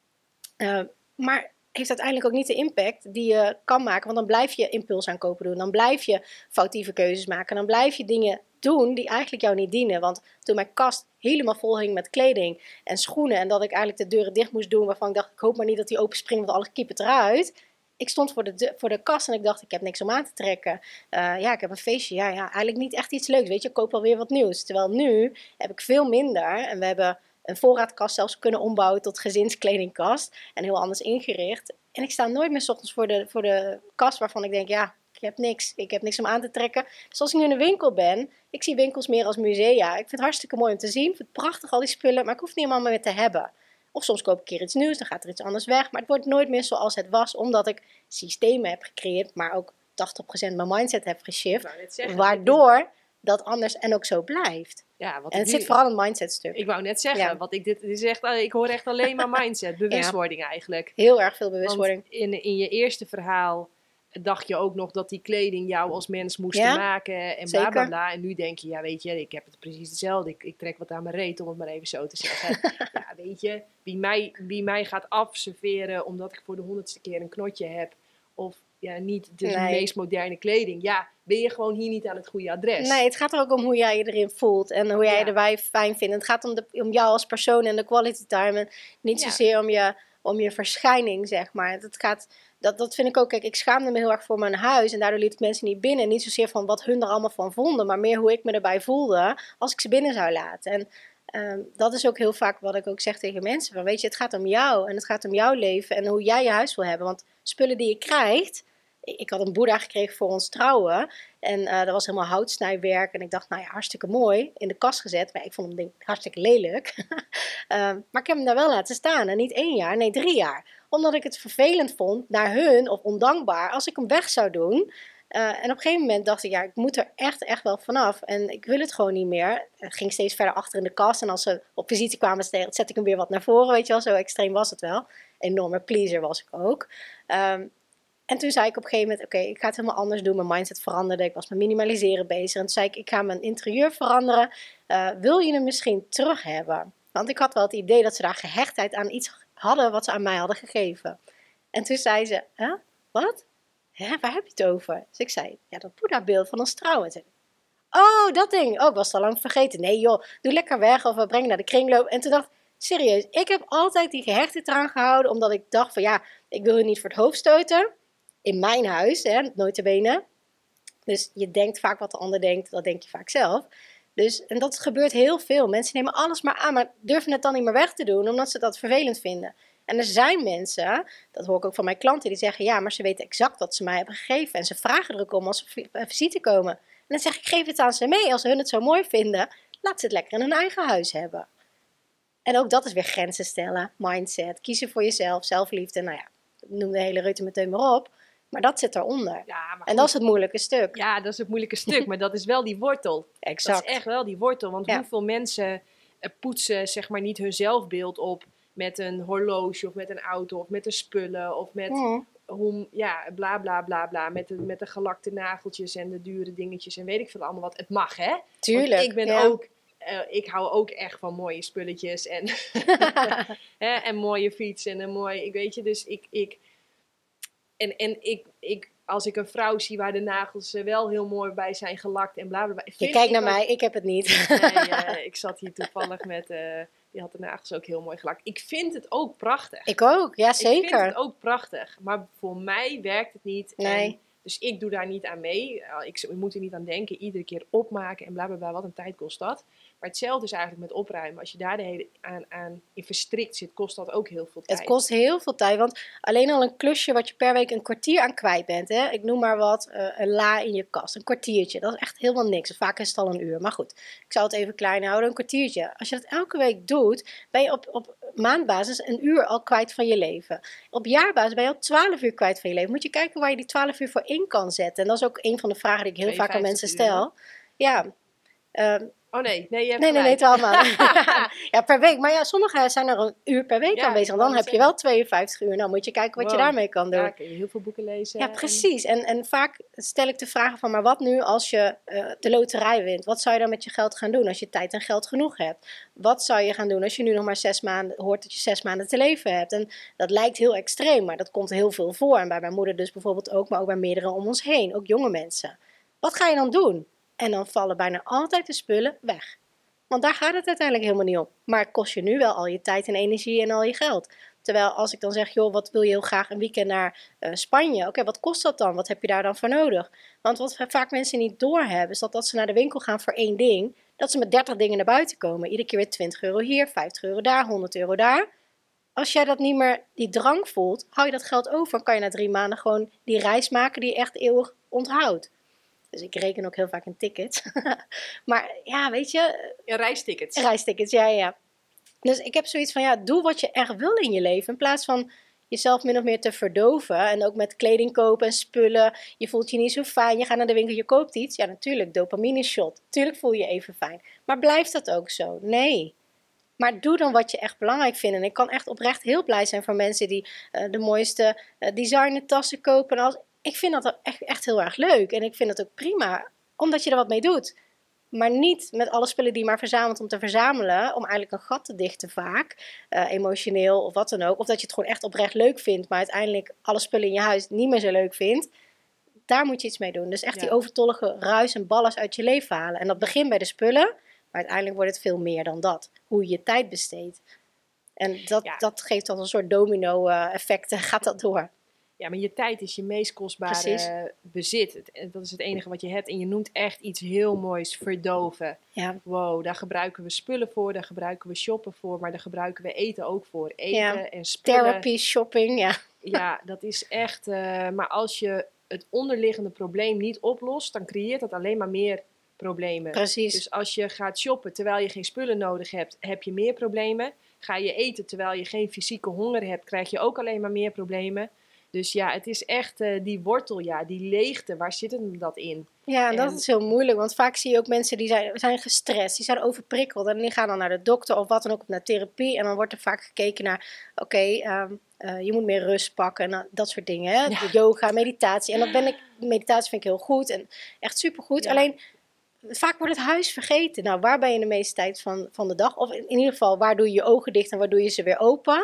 Uh, maar heeft uiteindelijk ook niet de impact die je kan maken, want dan blijf je impuls aankopen doen, dan blijf je foutieve keuzes maken, dan blijf je dingen doen die eigenlijk jou niet dienen. Want toen mijn kast helemaal vol hing met kleding en schoenen en dat ik eigenlijk de deuren dicht moest doen waarvan ik dacht, ik hoop maar niet dat die open springen, want alles kiepert eruit. Ik stond voor de, de, voor de kast en ik dacht, ik heb niks om aan te trekken. Uh, ja, ik heb een feestje. Ja, ja, eigenlijk niet echt iets leuks. Weet je, ik koop wel weer wat nieuws. Terwijl nu heb ik veel minder en we hebben een voorraadkast zelfs kunnen ombouwen tot gezinskledingkast en heel anders ingericht. En ik sta nooit meer 's ochtends voor de, voor de kast waarvan ik denk, ja, ik heb niks. Ik heb niks om aan te trekken. Dus als ik nu in een winkel ben, ik zie winkels meer als musea. Ik vind het hartstikke mooi om te zien. Ik vind het prachtig, al die spullen, maar ik hoef het niet allemaal meer te hebben. Of soms koop ik een keer iets nieuws, dan gaat er iets anders weg. Maar het wordt nooit meer zoals het was, omdat ik systemen heb gecreëerd, maar ook tachtig procent mijn mindset heb geshift. Nou, waardoor dat anders en ook zo blijft. Ja, wat en het nu, zit vooral in het mindset stuk. Ik wou net zeggen, ja. want ik, dit, dit is echt, ik hoor echt alleen maar mindset, bewustwording ja. eigenlijk. Heel erg veel bewustwording. Want in, in je eerste verhaal dacht je ook nog dat die kleding jou als mens moest ja, maken en bla bla bla. En nu denk je, ja weet je, ik heb het precies hetzelfde. Ik, ik trek wat aan mijn reet, om het maar even zo te zeggen. Ja, weet je, wie mij, wie mij gaat afserveren omdat ik voor de honderdste keer een knotje heb, of ja, niet de nee. meest moderne kleding. Ja, ben je gewoon hier niet aan het goede adres. Nee, het gaat er ook om hoe jij je erin voelt en hoe jij ja. je erbij fijn vindt. Het gaat om, de, om jou als persoon en de quality time en niet ja. zozeer om je, om je verschijning, zeg maar. Het gaat... Dat, dat vind ik ook, kijk, ik schaamde me heel erg voor mijn huis en daardoor liet ik mensen niet binnen. Niet zozeer van wat hun er allemaal van vonden, maar meer hoe ik me erbij voelde als ik ze binnen zou laten. En um, dat is ook heel vaak wat ik ook zeg tegen mensen. Van, weet je, het gaat om jou en het gaat om jouw leven en hoe jij je huis wil hebben. Want spullen die je krijgt, ik had een Boeddha gekregen voor ons trouwen en uh, dat was helemaal houtsnijwerk. En ik dacht, nou ja, hartstikke mooi, in de kast gezet. Maar ik vond hem denk, hartstikke lelijk. um, maar ik heb hem daar wel laten staan en niet één jaar, nee drie jaar. Omdat ik het vervelend vond naar hun, of ondankbaar, als ik hem weg zou doen. Uh, en op een gegeven moment dacht ik, ja, ik moet er echt, echt wel vanaf. En ik wil het gewoon niet meer. Het ging steeds verder achter in de kast. En als ze op visite kwamen, zette ik hem weer wat naar voren, weet je wel. Zo extreem was het wel. Enorme pleaser was ik ook. Um, en toen zei ik op een gegeven moment, oké, okay, ik ga het helemaal anders doen. Mijn mindset veranderde. Ik was met minimaliseren bezig. En toen zei ik, ik ga mijn interieur veranderen. Uh, wil je hem misschien terug hebben? Want ik had wel het idee dat ze daar gehechtheid aan iets hadden wat ze aan mij hadden gegeven. En toen zei ze, huh? Wat? Hè, waar heb je het over? Dus ik zei, ja, dat Boeddha-beeld van ons trouwen. Zei, oh, dat ding. Oh, ik was het al lang vergeten. Nee joh, doe lekker weg of we brengen naar de kringloop. En toen dacht ik, serieus, ik heb altijd die gehechtheid eraan gehouden, omdat ik dacht van ja, ik wil je niet voor het hoofd stoten. In mijn huis, hè, nooit te benen. Dus je denkt vaak wat de ander denkt, dat denk je vaak zelf. Dus, en dat gebeurt heel veel. Mensen nemen alles maar aan, maar durven het dan niet meer weg te doen, omdat ze dat vervelend vinden. En er zijn mensen, dat hoor ik ook van mijn klanten, die zeggen, ja, maar ze weten exact wat ze mij hebben gegeven. En ze vragen er ook om als ze op visite komen. En dan zeg ik, geef het aan ze mee. Als ze hun het zo mooi vinden, laat ze het lekker in hun eigen huis hebben. En ook dat is weer grenzen stellen, mindset, kiezen voor jezelf, zelfliefde. Nou ja, noem de hele reutemeteut maar op. Maar dat zit eronder. Ja, maar En goed. dat is het moeilijke stuk. Ja, dat is het moeilijke stuk, maar dat is wel die wortel. Exact. Dat is echt wel die wortel, want Ja. hoeveel mensen eh, poetsen zeg maar niet hun zelfbeeld op met een horloge of met een auto of met de spullen of met Mm. hoe, ja, bla bla bla bla, met de, met de gelakte nageltjes en de dure dingetjes en weet ik veel allemaal wat. Het mag, hè? Tuurlijk. Want ik ben ja. ook, eh, ik hou ook echt van mooie spulletjes en, hè, en mooie fietsen en een mooi, ik weet je, dus ik, ik en, en ik, ik, als ik een vrouw zie waar de nagels er wel heel mooi bij zijn gelakt en bla bla bla. Je vind kijkt ik naar ook- mij, ik heb het niet. Nee, eh, ik zat hier toevallig met, eh, die had de nagels ook heel mooi gelakt. Ik vind het ook prachtig. Ik ook, ja Ik vind zeker. het ook prachtig, maar voor mij werkt het niet. Nee. En dus ik doe daar niet aan mee. Uh, Ik, ik moet er niet aan denken, iedere keer opmaken en bla bla bla. Wat een tijd kost dat. Maar hetzelfde is eigenlijk met opruimen. Als je daar de hele aan, aan in verstrikt zit, kost dat ook heel veel tijd. Het kost heel veel tijd, want alleen al een klusje wat je per week een kwartier aan kwijt bent. Hè? Ik noem maar wat, uh, een la in je kast, een kwartiertje. Dat is echt helemaal niks. Vaak is het al een uur. Maar goed, ik zou het even klein houden, een kwartiertje. Als je dat elke week doet, ben je op, op maandbasis een uur al kwijt van je leven. Op jaarbasis ben je al twaalf uur kwijt van je leven. Moet je kijken waar je die twaalf uur voor in kan zetten. En dat is ook een van de vragen die ik heel vaak aan mensen stel. Ja, uh, Oh nee, nee, je hebt Nee, nee, nee, twaalf maanden. Ja, per week. Maar ja, sommigen zijn er een uur per week Ja, aanwezig. ik En wou dan net heb je wel tweeënvijftig uur. Nou, moet je kijken wat Wow. je daarmee kan doen. Ja, Ja, kun je heel veel boeken lezen. precies. En, en vaak stel ik de vraag van, maar wat nu als je uh, de loterij wint? Wat zou je dan met je geld gaan doen als je tijd en geld genoeg hebt? Wat zou je gaan doen als je nu nog maar zes maanden, hoort dat je zes maanden te leven hebt? En dat lijkt heel extreem, maar dat komt heel veel voor. En bij mijn moeder dus bijvoorbeeld ook, maar ook bij meerdere om ons heen. Ook jonge mensen. Wat ga je dan doen? En dan vallen bijna altijd de spullen weg. Want daar gaat het uiteindelijk helemaal niet om. Maar het kost je nu wel al je tijd en energie en al je geld. Terwijl als ik dan zeg, joh, wat wil je heel graag een weekend naar uh, Spanje? Oké, okay, wat kost dat dan? Wat heb je daar dan voor nodig? Want wat vaak mensen niet doorhebben, is dat als ze naar de winkel gaan voor één ding, dat ze met dertig dingen naar buiten komen. Iedere keer weer twintig euro hier, vijftig euro daar, honderd euro daar. Als jij dat niet meer, die drang voelt, hou je dat geld over. Dan kan je na drie maanden gewoon die reis maken die je echt eeuwig onthoudt. Dus ik reken ook heel vaak een ticket. Maar ja, weet je... Ja, reistickets. Reistickets, ja, ja. Dus ik heb zoiets van, ja, doe wat je echt wil in je leven. In plaats van jezelf min of meer te verdoven. En ook met kleding kopen en spullen. Je voelt je niet zo fijn. Je gaat naar de winkel, je koopt iets. Ja, natuurlijk, dopamine shot. Tuurlijk voel je je even fijn. Maar blijft dat ook zo? Nee. Maar doe dan wat je echt belangrijk vindt. En ik kan echt oprecht heel blij zijn voor mensen die uh, de mooiste uh, designer tassen kopen. En alles. Ik vind dat echt, echt heel erg leuk. En ik vind het ook prima, omdat je er wat mee doet. Maar niet met alle spullen die je maar verzamelt om te verzamelen. Om eigenlijk een gat te dichten vaak. Uh, emotioneel of wat dan ook. Of dat je het gewoon echt oprecht leuk vindt. Maar uiteindelijk alle spullen in je huis niet meer zo leuk vindt. Daar moet je iets mee doen. Dus echt ja. die overtollige ruis en ballast uit je leven halen. En dat begint bij de spullen. Maar uiteindelijk wordt het veel meer dan dat. Hoe je je tijd besteedt. En dat, ja. dat geeft dan een soort domino uh, effect. Gaat dat door. Ja, maar je tijd is je meest kostbare Precies. bezit. Het, dat is het enige wat je hebt. En je noemt echt iets heel moois, verdoven. Ja. Wow, daar gebruiken we spullen voor, daar gebruiken we shoppen voor, maar daar gebruiken we eten ook voor. Eten ja. en spullen. Therapy, shopping, ja. Ja, dat is echt... Uh, maar als je het onderliggende probleem niet oplost, dan creëert dat alleen maar meer problemen. Precies. Dus als je gaat shoppen terwijl je geen spullen nodig hebt, heb je meer problemen. Ga je eten terwijl je geen fysieke honger hebt, krijg je ook alleen maar meer problemen. Dus ja, het is echt uh, die wortel, ja, die leegte, waar zit hem dat in? Ja, en dat en... is heel moeilijk, want vaak zie je ook mensen die zijn, zijn gestrest, die zijn overprikkeld en die gaan dan naar de dokter of wat dan ook, of naar therapie. En dan wordt er vaak gekeken naar, oké, okay, um, uh, je moet meer rust pakken en uh, dat soort dingen. Hè? Ja. Yoga, meditatie. En dat ben ik, meditatie vind ik heel goed en echt supergoed. Ja. Alleen, vaak wordt het huis vergeten. Nou, waar ben je de meeste tijd van, van de dag? Of in, in ieder geval, waar doe je je ogen dicht en waar doe je ze weer open?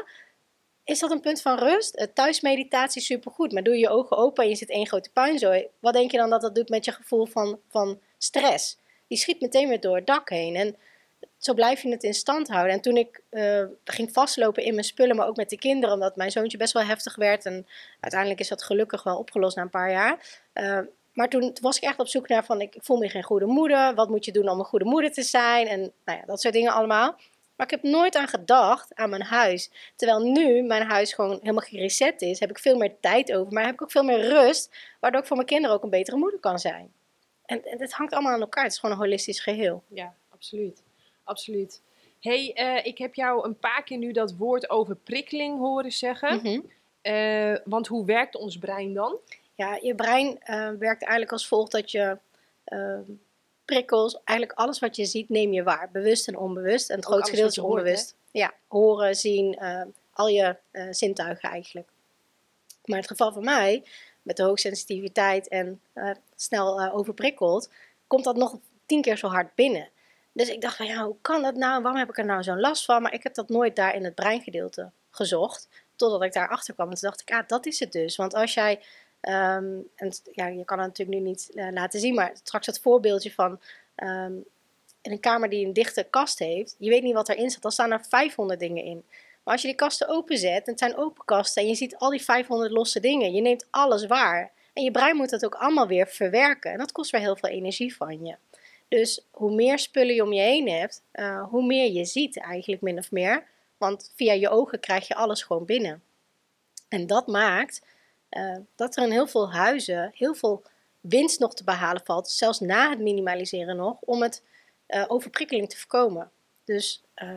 Is dat een punt van rust? Uh, thuismeditatie is supergoed, maar doe je je ogen open en je zit één grote puinzooi. Wat denk je dan dat dat doet met je gevoel van, van stress? Die schiet meteen weer door het dak heen. En zo blijf je het in stand houden. En toen ik uh, ging vastlopen in mijn spullen, maar ook met de kinderen, omdat mijn zoontje best wel heftig werd. En uiteindelijk is dat gelukkig wel opgelost na een paar jaar. Uh, maar toen was ik echt op zoek naar van, ik voel me geen goede moeder. Wat moet je doen om een goede moeder te zijn? En nou ja, dat soort dingen allemaal. Maar ik heb nooit aan gedacht, aan mijn huis. Terwijl nu mijn huis gewoon helemaal gereset is, heb ik veel meer tijd over. Maar heb ik ook veel meer rust, waardoor ik voor mijn kinderen ook een betere moeder kan zijn. En, en het hangt allemaal aan elkaar. Het is gewoon een holistisch geheel. Ja, absoluut. Absoluut. Hey, uh, ik heb jou een paar keer nu dat woord overprikkeling horen zeggen. Mm-hmm. Uh, want hoe werkt ons brein dan? Ja, je brein uh, werkt eigenlijk als volgt dat je uh, prikkels, eigenlijk alles wat je ziet, neem je waar. Bewust en onbewust. En het grootste gedeelte is onbewust. Hoort, ja, horen, zien, uh, al je uh, zintuigen eigenlijk. Maar in het geval van mij, met de hoogsensitiviteit en uh, snel uh, overprikkeld, komt dat nog tien keer zo hard binnen. Dus ik dacht van ja, hoe kan dat nou? Waarom heb ik er nou zo'n last van? Maar ik heb dat nooit daar in het breingedeelte gezocht. Totdat ik daar achter kwam. En toen dacht ik, ah, dat is het dus. Want als jij, um, en ja, je kan het natuurlijk nu niet uh, laten zien, maar straks dat voorbeeldje van um, in een kamer die een dichte kast heeft, je weet niet wat erin staat, dan staan er vijfhonderd dingen in. Maar als je die kasten openzet, en het zijn open kasten, en je ziet al die vijfhonderd losse dingen, je neemt alles waar. En je brein moet dat ook allemaal weer verwerken. En dat kost weer heel veel energie van je. Dus hoe meer spullen je om je heen hebt, uh, hoe meer je ziet eigenlijk min of meer. Want via je ogen krijg je alles gewoon binnen. En dat maakt uh, dat er in heel veel huizen heel veel winst nog te behalen valt. Zelfs na het minimaliseren nog, om het uh, overprikkeling te voorkomen. Dus uh,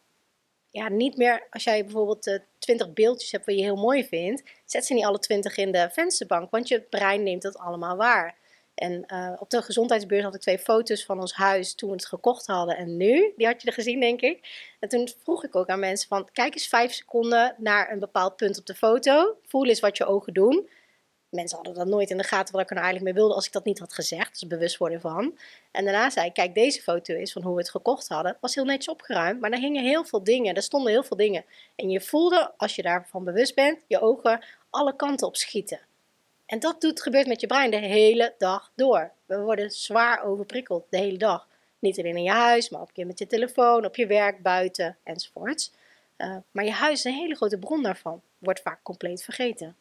ja, niet meer als jij bijvoorbeeld uh, twintig beeldjes hebt wat je heel mooi vindt. Zet ze niet alle twintig in de vensterbank, want je brein neemt dat allemaal waar. En uh, op de gezondheidsbeurs had ik twee foto's van ons huis toen we het gekocht hadden en nu. Die had je er gezien, denk ik. En toen vroeg ik ook aan mensen van, kijk eens vijf seconden naar een bepaald punt op de foto. Voel eens wat je ogen doen. Mensen hadden dat nooit in de gaten wat ik er nou eigenlijk mee wilde als ik dat niet had gezegd. Dus bewustwording van. En daarna zei ik, kijk, deze foto is van hoe we het gekocht hadden. Het was heel netjes opgeruimd, maar er hingen heel veel dingen. Er stonden heel veel dingen. En je voelde, als je daarvan bewust bent, je ogen alle kanten op schieten. En dat doet, gebeurt met je brein de hele dag door. We worden zwaar overprikkeld de hele dag. Niet alleen in je huis, maar ook met je telefoon, op je werk, buiten enzovoorts. Uh, maar je huis is een hele grote bron daarvan. Wordt vaak compleet vergeten.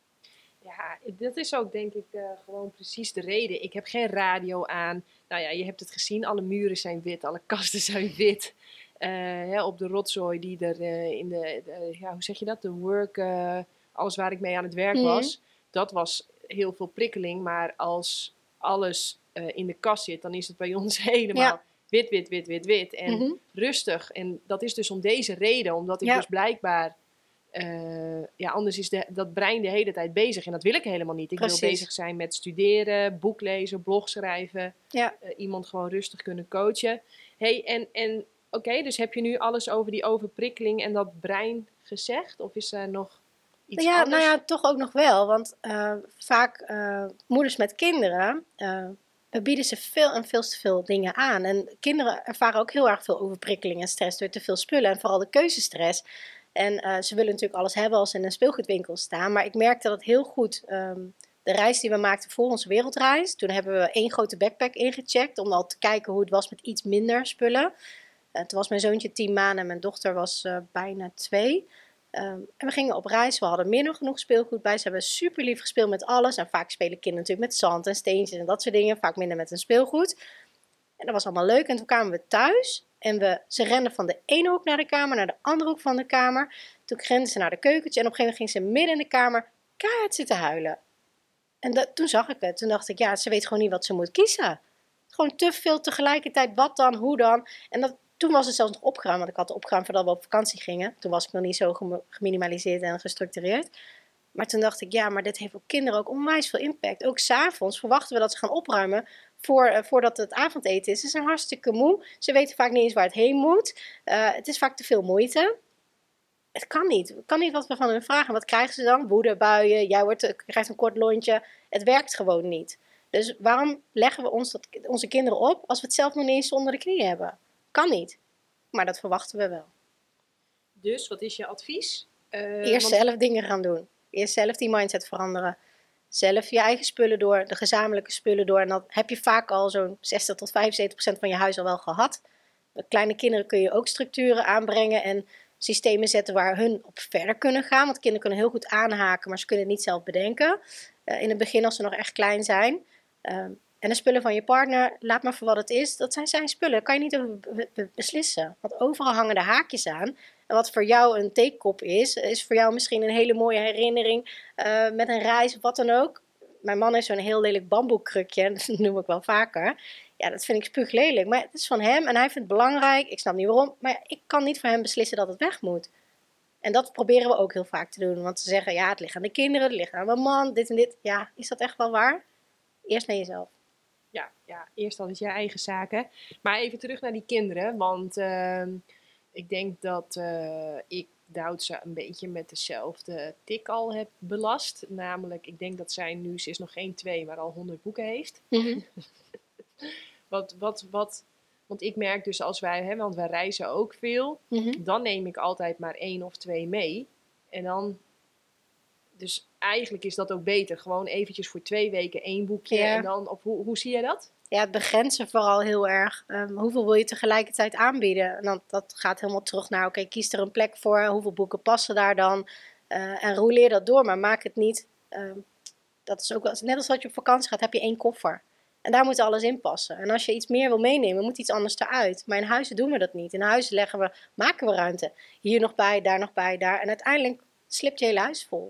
Ja, dat is ook denk ik uh, gewoon precies de reden. Ik heb geen radio aan. Nou ja, je hebt het gezien, alle muren zijn wit, alle kasten zijn wit. Uh, hè, op de rotzooi die er uh, in de, de, ja, hoe zeg je dat, de work, uh, alles waar ik mee aan het werk was. Mm-hmm. Dat was heel veel prikkeling, maar als alles uh, in de kast zit, dan is het bij ons helemaal ja. wit, wit, wit, wit, wit. En mm-hmm. rustig. En dat is dus om deze reden, omdat ik ja. dus blijkbaar... Uh, ja, anders is de, dat brein de hele tijd bezig. En dat wil ik helemaal niet. Ik Precies. wil bezig zijn met studeren, boek lezen, blog schrijven. Ja. Uh, iemand gewoon rustig kunnen coachen. Hey, en, en oké, okay, dus heb je nu alles over die overprikkeling en dat brein gezegd? Of is er nog iets ja, anders? Nou ja, toch ook nog wel. Want uh, vaak uh, moeders met kinderen... Uh, we bieden ze veel en veel te veel dingen aan. En kinderen ervaren ook heel erg veel overprikkeling en stress door te veel spullen. En vooral de keuzestress. En uh, ze willen natuurlijk alles hebben als ze in een speelgoedwinkel staan. Maar ik merkte dat heel goed. Um, de reis die we maakten voor onze wereldreis. Toen hebben we één grote backpack ingecheckt. Om al te kijken hoe het was met iets minder spullen. Uh, toen was mijn zoontje tien maanden en mijn dochter was uh, bijna twee. Um, en we gingen op reis. We hadden meer dan genoeg speelgoed bij. Ze hebben super lief gespeeld met alles. En vaak spelen kinderen natuurlijk met zand en steentjes en dat soort dingen. Vaak minder met hun speelgoed. En dat was allemaal leuk. En toen kwamen we thuis. En we, ze renden van de ene hoek naar de kamer, naar de andere hoek van de kamer. Toen renden ze naar de keukentje en op een gegeven moment ging ze midden in de kamer keihard zitten huilen. En dat, toen zag ik het. Toen dacht ik, ja, ze weet gewoon niet wat ze moet kiezen. Gewoon te veel tegelijkertijd. Wat dan, hoe dan? En dat, toen was het zelfs nog opgeruimd, want ik had het opgeruimd voordat we op vakantie gingen. Toen was ik nog niet zo geminimaliseerd en gestructureerd. Maar toen dacht ik, ja, maar dit heeft op kinderen ook onwijs veel impact. Ook 's avonds verwachten we dat ze gaan opruimen voor, uh, voordat het avondeten is. Ze zijn hartstikke moe. Ze weten vaak niet eens waar het heen moet. Uh, het is vaak te veel moeite. Het kan niet. Het kan niet wat we van hun vragen. Wat krijgen ze dan? Woede, buien. Jij wordt, krijgt een kort lontje. Het werkt gewoon niet. Dus waarom leggen we ons dat, onze kinderen op als we het zelf nog niet eens onder de knie hebben? Kan niet. Maar dat verwachten we wel. Dus, wat is je advies? Uh, Eerst want... zelf dingen gaan doen. Eerst zelf die mindset veranderen. Zelf je eigen spullen door, de gezamenlijke spullen door. En dan heb je vaak al zo'n zestig tot vijfenzeventig procent van je huis al wel gehad. Met kleine kinderen kun je ook structuren aanbrengen en systemen zetten waar hun op verder kunnen gaan. Want kinderen kunnen heel goed aanhaken, maar ze kunnen het niet zelf bedenken. Uh, in het begin als ze nog echt klein zijn. Uh, en de spullen van je partner, laat maar voor wat het is. Dat zijn zijn spullen, daar kan je niet over be- be- beslissen. Want overal hangen de haakjes aan. En wat voor jou een theekop is, is voor jou misschien een hele mooie herinnering uh, met een reis of wat dan ook. Mijn man heeft zo'n heel lelijk bamboekrukje, dat noem ik wel vaker. Ja, dat vind ik spuuglelijk, maar het is van hem en hij vindt het belangrijk. Ik snap niet waarom, maar ik kan niet voor hem beslissen dat het weg moet. En dat proberen we ook heel vaak te doen. Want ze zeggen, ja, het ligt aan de kinderen, het ligt aan mijn man, dit en dit. Ja, is dat echt wel waar? Eerst naar jezelf. Ja, ja, eerst al is je eigen zaken. Maar even terug naar die kinderen. Want uh, ik denk dat uh, ik Doutse een beetje met dezelfde tik al heb belast. Namelijk, ik denk dat zij nu, ze is nog geen twee, maar al honderd boeken heeft. Mm-hmm. wat, wat, wat, want ik merk dus als wij, hè, want wij reizen ook veel. Mm-hmm. Dan neem ik altijd maar één of twee mee. En dan... Dus eigenlijk is dat ook beter. Gewoon eventjes voor twee weken één boekje. Ja. En dan, of hoe, hoe zie jij dat? Ja, het begrenzen vooral heel erg. Um, hoeveel wil je tegelijkertijd aanbieden? En dan, dat gaat helemaal terug naar, oké, okay, kies er een plek voor. Hoeveel boeken passen daar dan? Uh, en rouleer dat door, maar maak het niet. Um, dat is ook wel, net als dat je op vakantie gaat, heb je één koffer. En daar moet alles in passen. En als je iets meer wil meenemen, moet iets anders eruit. Maar in huizen doen we dat niet. In huizen leggen we, maken we ruimte. Hier nog bij, daar nog bij, daar. En uiteindelijk slipt je hele huis vol.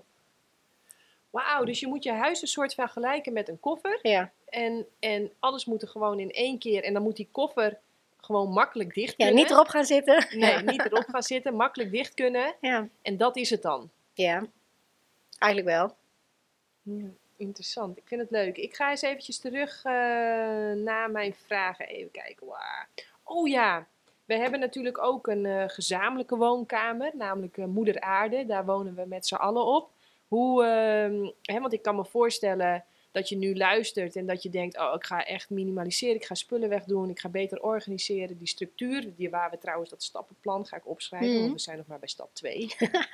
Wauw, dus je moet je huis een soort vergelijken met een koffer. Ja. En, en alles moet er gewoon in één keer. En dan moet die koffer gewoon makkelijk dicht Ja, kunnen. niet erop gaan zitten. Nee, niet erop gaan zitten. Makkelijk dicht kunnen. Ja. En dat is het dan. Ja, eigenlijk wel. Ja, interessant. Ik vind het leuk. Ik ga eens eventjes terug uh, naar mijn vragen. Even kijken. Wow. Oh ja, we hebben natuurlijk ook een uh, gezamenlijke woonkamer. Namelijk uh, Moeder Aarde. Daar wonen we met z'n allen op. Hoe, uh, hè, want ik kan me voorstellen dat je nu luistert en dat je denkt, oh, ik ga echt minimaliseren, ik ga spullen wegdoen, ik ga beter organiseren. Die structuur, die waar we trouwens dat stappenplan ga ik opschrijven, mm. want we zijn nog maar bij stap twee.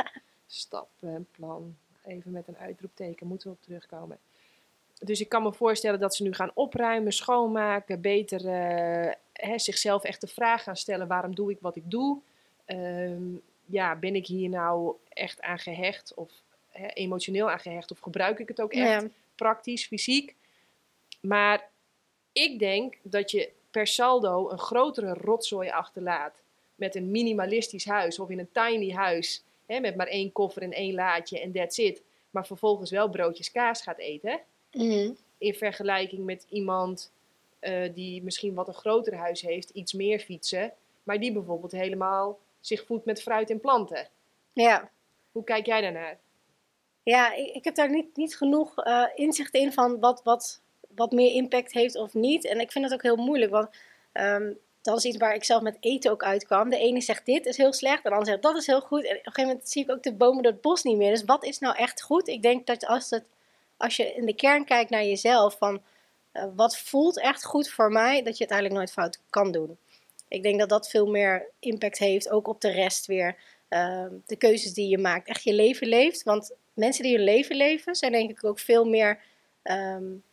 Stappenplan, even met een uitroepteken, moeten we op terugkomen. Dus ik kan me voorstellen dat ze nu gaan opruimen, schoonmaken, beter uh, hè, zichzelf echt de vraag gaan stellen, waarom doe ik wat ik doe? Uh, ja, ben ik hier nou echt aan gehecht of He, emotioneel aan gehecht of gebruik ik het ook echt ja. praktisch, fysiek. Maar ik denk dat je per saldo een grotere rotzooi achterlaat met een minimalistisch huis of in een tiny huis he, met maar één koffer en één laadje en that's it. Maar vervolgens wel broodjes kaas gaat eten. Mm-hmm. In vergelijking met iemand uh, die misschien wat een groter huis heeft, iets meer fietsen, maar die bijvoorbeeld helemaal zich voedt met fruit en planten. Ja. Hoe kijk jij daarnaar? Ja, ik, ik heb daar niet, niet genoeg uh, inzicht in van wat, wat, wat meer impact heeft of niet. En ik vind het ook heel moeilijk, want um, dat is iets waar ik zelf met eten ook uitkwam. De ene zegt dit is heel slecht, de ander zegt dat is heel goed. En op een gegeven moment zie ik ook de bomen door het bos niet meer. Dus wat is nou echt goed? Ik denk dat als, het, als je in de kern kijkt naar jezelf, van uh, wat voelt echt goed voor mij, dat je het eigenlijk nooit fout kan doen. Ik denk dat dat veel meer impact heeft, ook op de rest weer. Uh, de keuzes die je maakt, echt je leven leeft. Want mensen die hun leven leven, zijn denk ik ook veel meer... Um,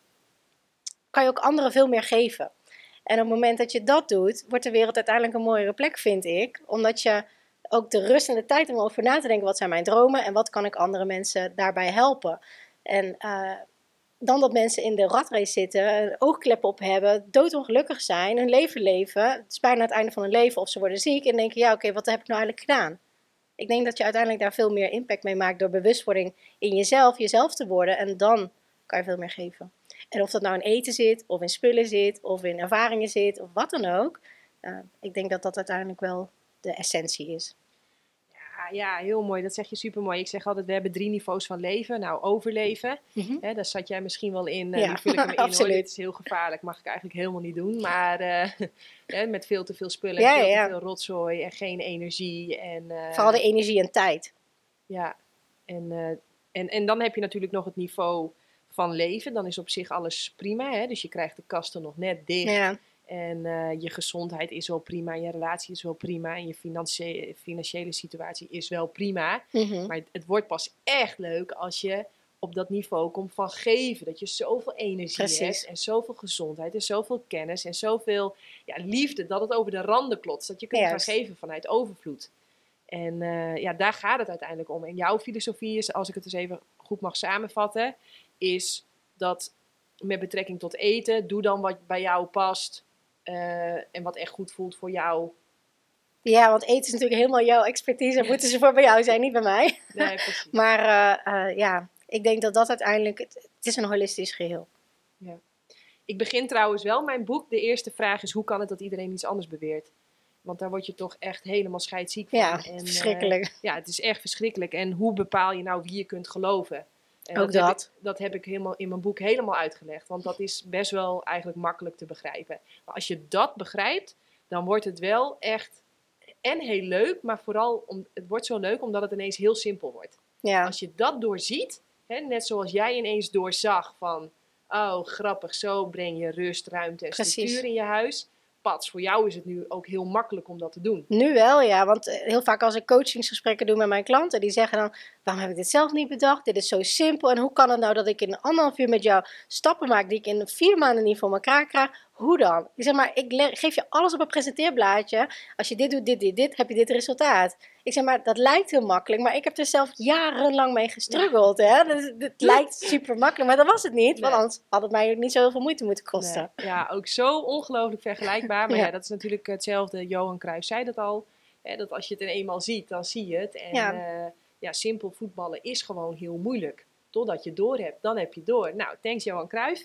kan je ook anderen veel meer geven. En op het moment dat je dat doet, wordt de wereld uiteindelijk een mooiere plek, vind ik. Omdat je ook de rust en de tijd om over na te denken, wat zijn mijn dromen en wat kan ik andere mensen daarbij helpen. En uh, dan dat mensen in de ratrace zitten, oogkleppen op hebben, doodongelukkig zijn, hun leven leven. Het is bijna het einde van hun leven of ze worden ziek en denken, ja oké, okay, wat heb ik nou eigenlijk gedaan? Ik denk dat je uiteindelijk daar veel meer impact mee maakt door bewustwording in jezelf, jezelf te worden. En dan kan je veel meer geven. En of dat nou in eten zit, of in spullen zit, of in ervaringen zit, of wat dan ook. Uh, ik denk dat dat uiteindelijk wel de essentie is. Ja, ja, heel mooi. Dat zeg je supermooi. Ik zeg altijd, we hebben drie niveaus van leven. Nou, overleven. Mm-hmm. Hè, daar zat jij misschien wel in. Uh, ja, die vul ik hem in. Absoluut. Hoor. Dit is heel gevaarlijk. Mag ik eigenlijk helemaal niet doen. Maar uh, hè, met veel te veel spullen, ja, veel ja. te veel rotzooi en geen energie. En, uh, Vooral de energie en tijd. Ja. En, uh, en, en dan heb je natuurlijk nog het niveau van leven. Dan is op zich alles prima. Hè? Dus je krijgt de kasten nog net dicht. Ja. En uh, je gezondheid is wel prima. Je relatie is wel prima. En je financie- financiële situatie is wel prima. Mm-hmm. Maar het, het wordt pas echt leuk als je op dat niveau komt van geven. Dat je zoveel energie Precies. hebt. En zoveel gezondheid. En zoveel kennis. En zoveel ja, liefde. Dat het over de randen klotst. Dat je kunt Juist. gaan geven vanuit overvloed. En uh, ja, daar gaat het uiteindelijk om. En jouw filosofie is, als ik het eens even goed mag samenvatten, is dat met betrekking tot eten, doe dan wat bij jou past uh, en wat echt goed voelt voor jou. Ja, want eten is natuurlijk helemaal jouw expertise en moeten ze voor bij jou zijn, niet bij mij. Nee, precies. Maar uh, uh, ja, ik denk dat dat uiteindelijk, het, het is een holistisch geheel. Ja. Ik begin trouwens wel mijn boek. De eerste vraag is, hoe kan het dat iedereen iets anders beweert? Want daar word je toch echt helemaal scheidsziek van. Ja, en, verschrikkelijk. Uh, ja, het is echt verschrikkelijk. En hoe bepaal je nou wie je kunt geloven? Uh, Ook dat. dat. Heb ik, dat heb ik helemaal in mijn boek helemaal uitgelegd. Want dat is best wel eigenlijk makkelijk te begrijpen. Maar als je dat begrijpt, dan wordt het wel echt en heel leuk. Maar vooral, om, het wordt zo leuk omdat het ineens heel simpel wordt. Ja. Als je dat doorziet, hè, net zoals jij ineens doorzag van... Oh, grappig, zo breng je rust, ruimte en Precies. structuur in je huis. Pats, voor jou is het nu ook heel makkelijk om dat te doen. Nu wel, ja. Want heel vaak als ik coachingsgesprekken doe met mijn klanten, die zeggen dan, waarom heb ik dit zelf niet bedacht? Dit is zo simpel. En hoe kan het nou dat ik in anderhalf uur met jou stappen maak die ik in vier maanden niet voor elkaar krijg? Hoe dan? Ik zeg maar, ik geef je alles op een presenteerblaadje. Als je dit doet, dit, dit, dit, heb je dit resultaat. Ik zeg maar, dat lijkt heel makkelijk, maar ik heb er zelf jarenlang mee gestruggeld. Hè? Dus het lijkt super makkelijk, maar dat was het niet. Want Nee. anders had het mij ook niet zoveel moeite moeten kosten. Nee. Ja, ook zo ongelooflijk vergelijkbaar. Maar Ja. ja, dat is natuurlijk hetzelfde. Johan Cruijff zei dat al. Hè, dat als je het eenmaal ziet, dan zie je het. En Ja. ja. Uh, ja, simpel voetballen is gewoon heel moeilijk. Totdat je door hebt, dan heb je door. Nou, thanks Johan Cruijff.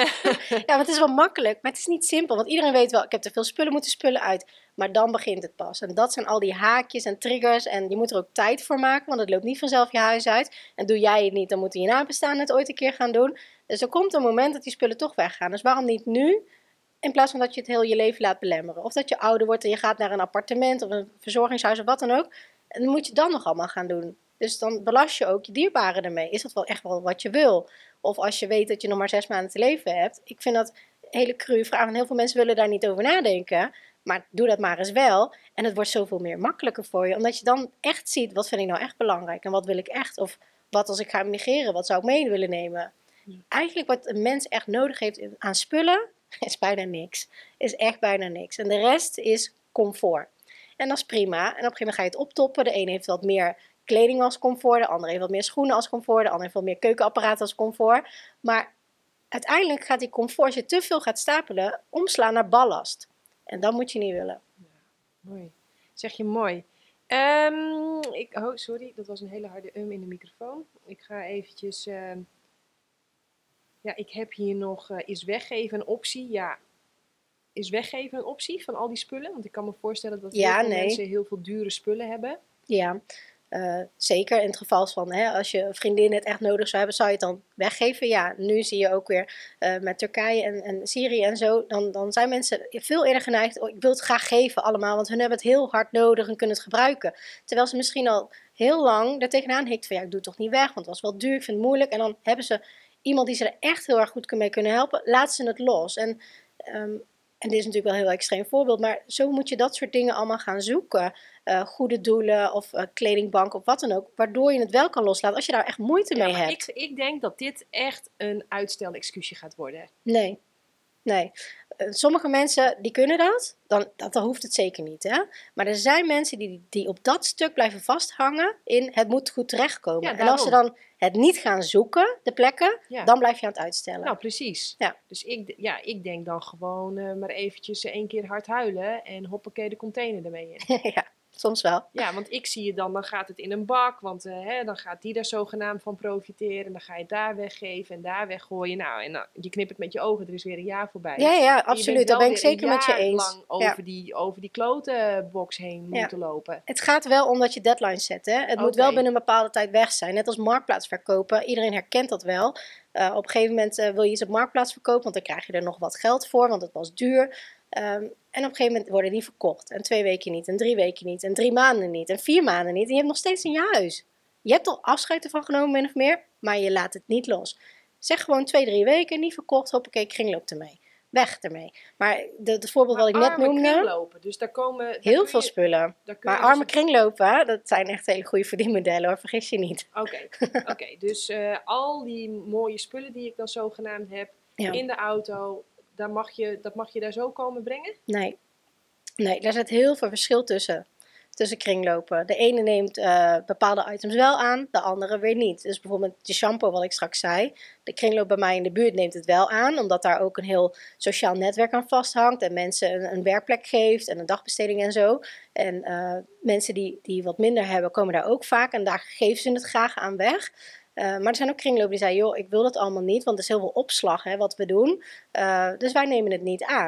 Ja, maar het is wel makkelijk, maar het is niet simpel. Want iedereen weet wel, ik heb te veel spullen moeten spullen uit. Maar dan begint het pas. En dat zijn al die haakjes en triggers. En je moet er ook tijd voor maken, want het loopt niet vanzelf je huis uit. En doe jij het niet, dan moeten je nabestaanden het ooit een keer gaan doen. Dus er komt een moment dat die spullen toch weggaan. Dus waarom niet nu? In plaats van dat je het heel je leven laat belemmeren. Of dat je ouder wordt en je gaat naar een appartement of een verzorgingshuis of wat dan ook. En dan moet je dan nog allemaal gaan doen. Dus dan belast je ook je dierbaren ermee. Is dat wel echt wel wat je wil? Of als je weet dat je nog maar zes maanden te leven hebt. Ik vind dat een hele cru vraag. En heel veel mensen willen daar niet over nadenken. Maar doe dat maar eens wel. En het wordt zoveel meer makkelijker voor je. Omdat je dan echt ziet, wat vind ik nou echt belangrijk? En wat wil ik echt? Of wat als ik ga migreren? Wat zou ik mee willen nemen? Ja. Eigenlijk wat een mens echt nodig heeft aan spullen, is bijna niks. Is echt bijna niks. En de rest is comfort. En dat is prima. En op een gegeven moment ga je het optoppen. De ene heeft wat meer kleding als comfort, de andere heeft wat meer schoenen als comfort, de andere heeft wat meer keukenapparaten als comfort. Maar uiteindelijk gaat die comfort, als je te veel gaat stapelen, omslaan naar ballast. En dat moet je niet willen. Ja, mooi. Zeg je mooi. Um, ik, oh, sorry, dat was een hele harde um in de microfoon. Ik ga eventjes... Uh, ja, ik heb hier nog... Uh, is weggeven een optie? Ja. Is weggeven een optie van al die spullen? Want ik kan me voorstellen dat ja, heel veel nee. mensen heel veel dure spullen hebben. Ja, uh, zeker in het geval van hè, als je een vriendin het echt nodig zou hebben, zou je het dan weggeven? Ja, nu zie je ook weer uh, met Turkije en, en Syrië en zo, dan, dan zijn mensen veel eerder geneigd, oh, ik wil het graag geven allemaal, want hun hebben het heel hard nodig en kunnen het gebruiken. Terwijl ze misschien al heel lang er tegenaan hikt van ja, ik doe het toch niet weg, want het was wel duur, ik vind het moeilijk. En dan hebben ze iemand die ze er echt heel erg goed mee kunnen helpen, laat ze het los. En um, En dit is natuurlijk wel een heel extreem voorbeeld, maar zo moet je dat soort dingen allemaal gaan zoeken. Uh, goede doelen of uh, kledingbank of wat dan ook, waardoor je het wel kan loslaten als je daar echt moeite ja, mee hebt. Ik, ik denk dat dit echt een uitstelexcuusje gaat worden. Nee, nee. Uh, sommige mensen die kunnen dat, dan, dat, dan hoeft het zeker niet. Hè? Maar er zijn mensen die, die op dat stuk blijven vasthangen in het moet goed terechtkomen. Ja, en als ze dan het niet gaan zoeken, de plekken, ja. dan blijf je aan het uitstellen. Nou, precies. Ja. Dus ik, ja, ik denk dan gewoon uh, maar eventjes één keer hard huilen en hoppakee de container ermee in. Ja, soms wel. Ja, want ik zie je dan, dan gaat het in een bak, want uh, hè, dan gaat die daar zogenaamd van profiteren. Dan ga je het daar weggeven en daar weggooien. Nou, en uh, je knipt het met je ogen, er is weer een jaar voorbij. Ja, ja, absoluut. Daar ben ik zeker met je eens. lang over, ja. die, over die klotenbox heen ja. moeten lopen. Het gaat wel om dat je deadlines zet. Hè? Het okay. moet wel binnen een bepaalde tijd weg zijn. Net als marktplaats verkopen. Iedereen herkent dat wel. Uh, op een gegeven moment uh, wil je iets op marktplaats verkopen, want dan krijg je er nog wat geld voor, want het was duur. Um, en op een gegeven moment worden die verkocht. En twee weken niet, en drie weken niet, en drie maanden niet, en vier maanden niet. En je hebt nog steeds in je huis. Je hebt al afscheid ervan genomen, min of meer, maar je laat het niet los. Zeg gewoon twee, drie weken, niet verkocht, hoppakee, kringloop ermee. Weg ermee. Maar het voorbeeld maar wat ik net noemde... kringlopen, dus daar komen... Daar heel je, veel spullen. Maar dus arme kringlopen, dat zijn echt hele goede verdienmodellen hoor, vergis je niet. Oké, okay. okay, dus uh, al die mooie spullen die ik dan zogenaamd heb, ja. in de auto... Daar mag je, dat mag je daar zo komen brengen? Nee, nee, daar zit heel veel verschil tussen, tussen kringlopen. De ene neemt uh, bepaalde items wel aan, de andere weer niet. Dus bijvoorbeeld de shampoo wat ik straks zei. De kringloop bij mij in de buurt neemt het wel aan, omdat daar ook een heel sociaal netwerk aan vasthangt. En mensen een, een werkplek geeft en een dagbesteding en zo. En uh, mensen die, die wat minder hebben, komen daar ook vaak. En daar geven ze het graag aan weg. Uh, maar er zijn ook kringlopen die zeiden, joh, ik wil dat allemaal niet, want er is heel veel opslag hè, wat we doen. Uh, dus wij nemen het niet aan.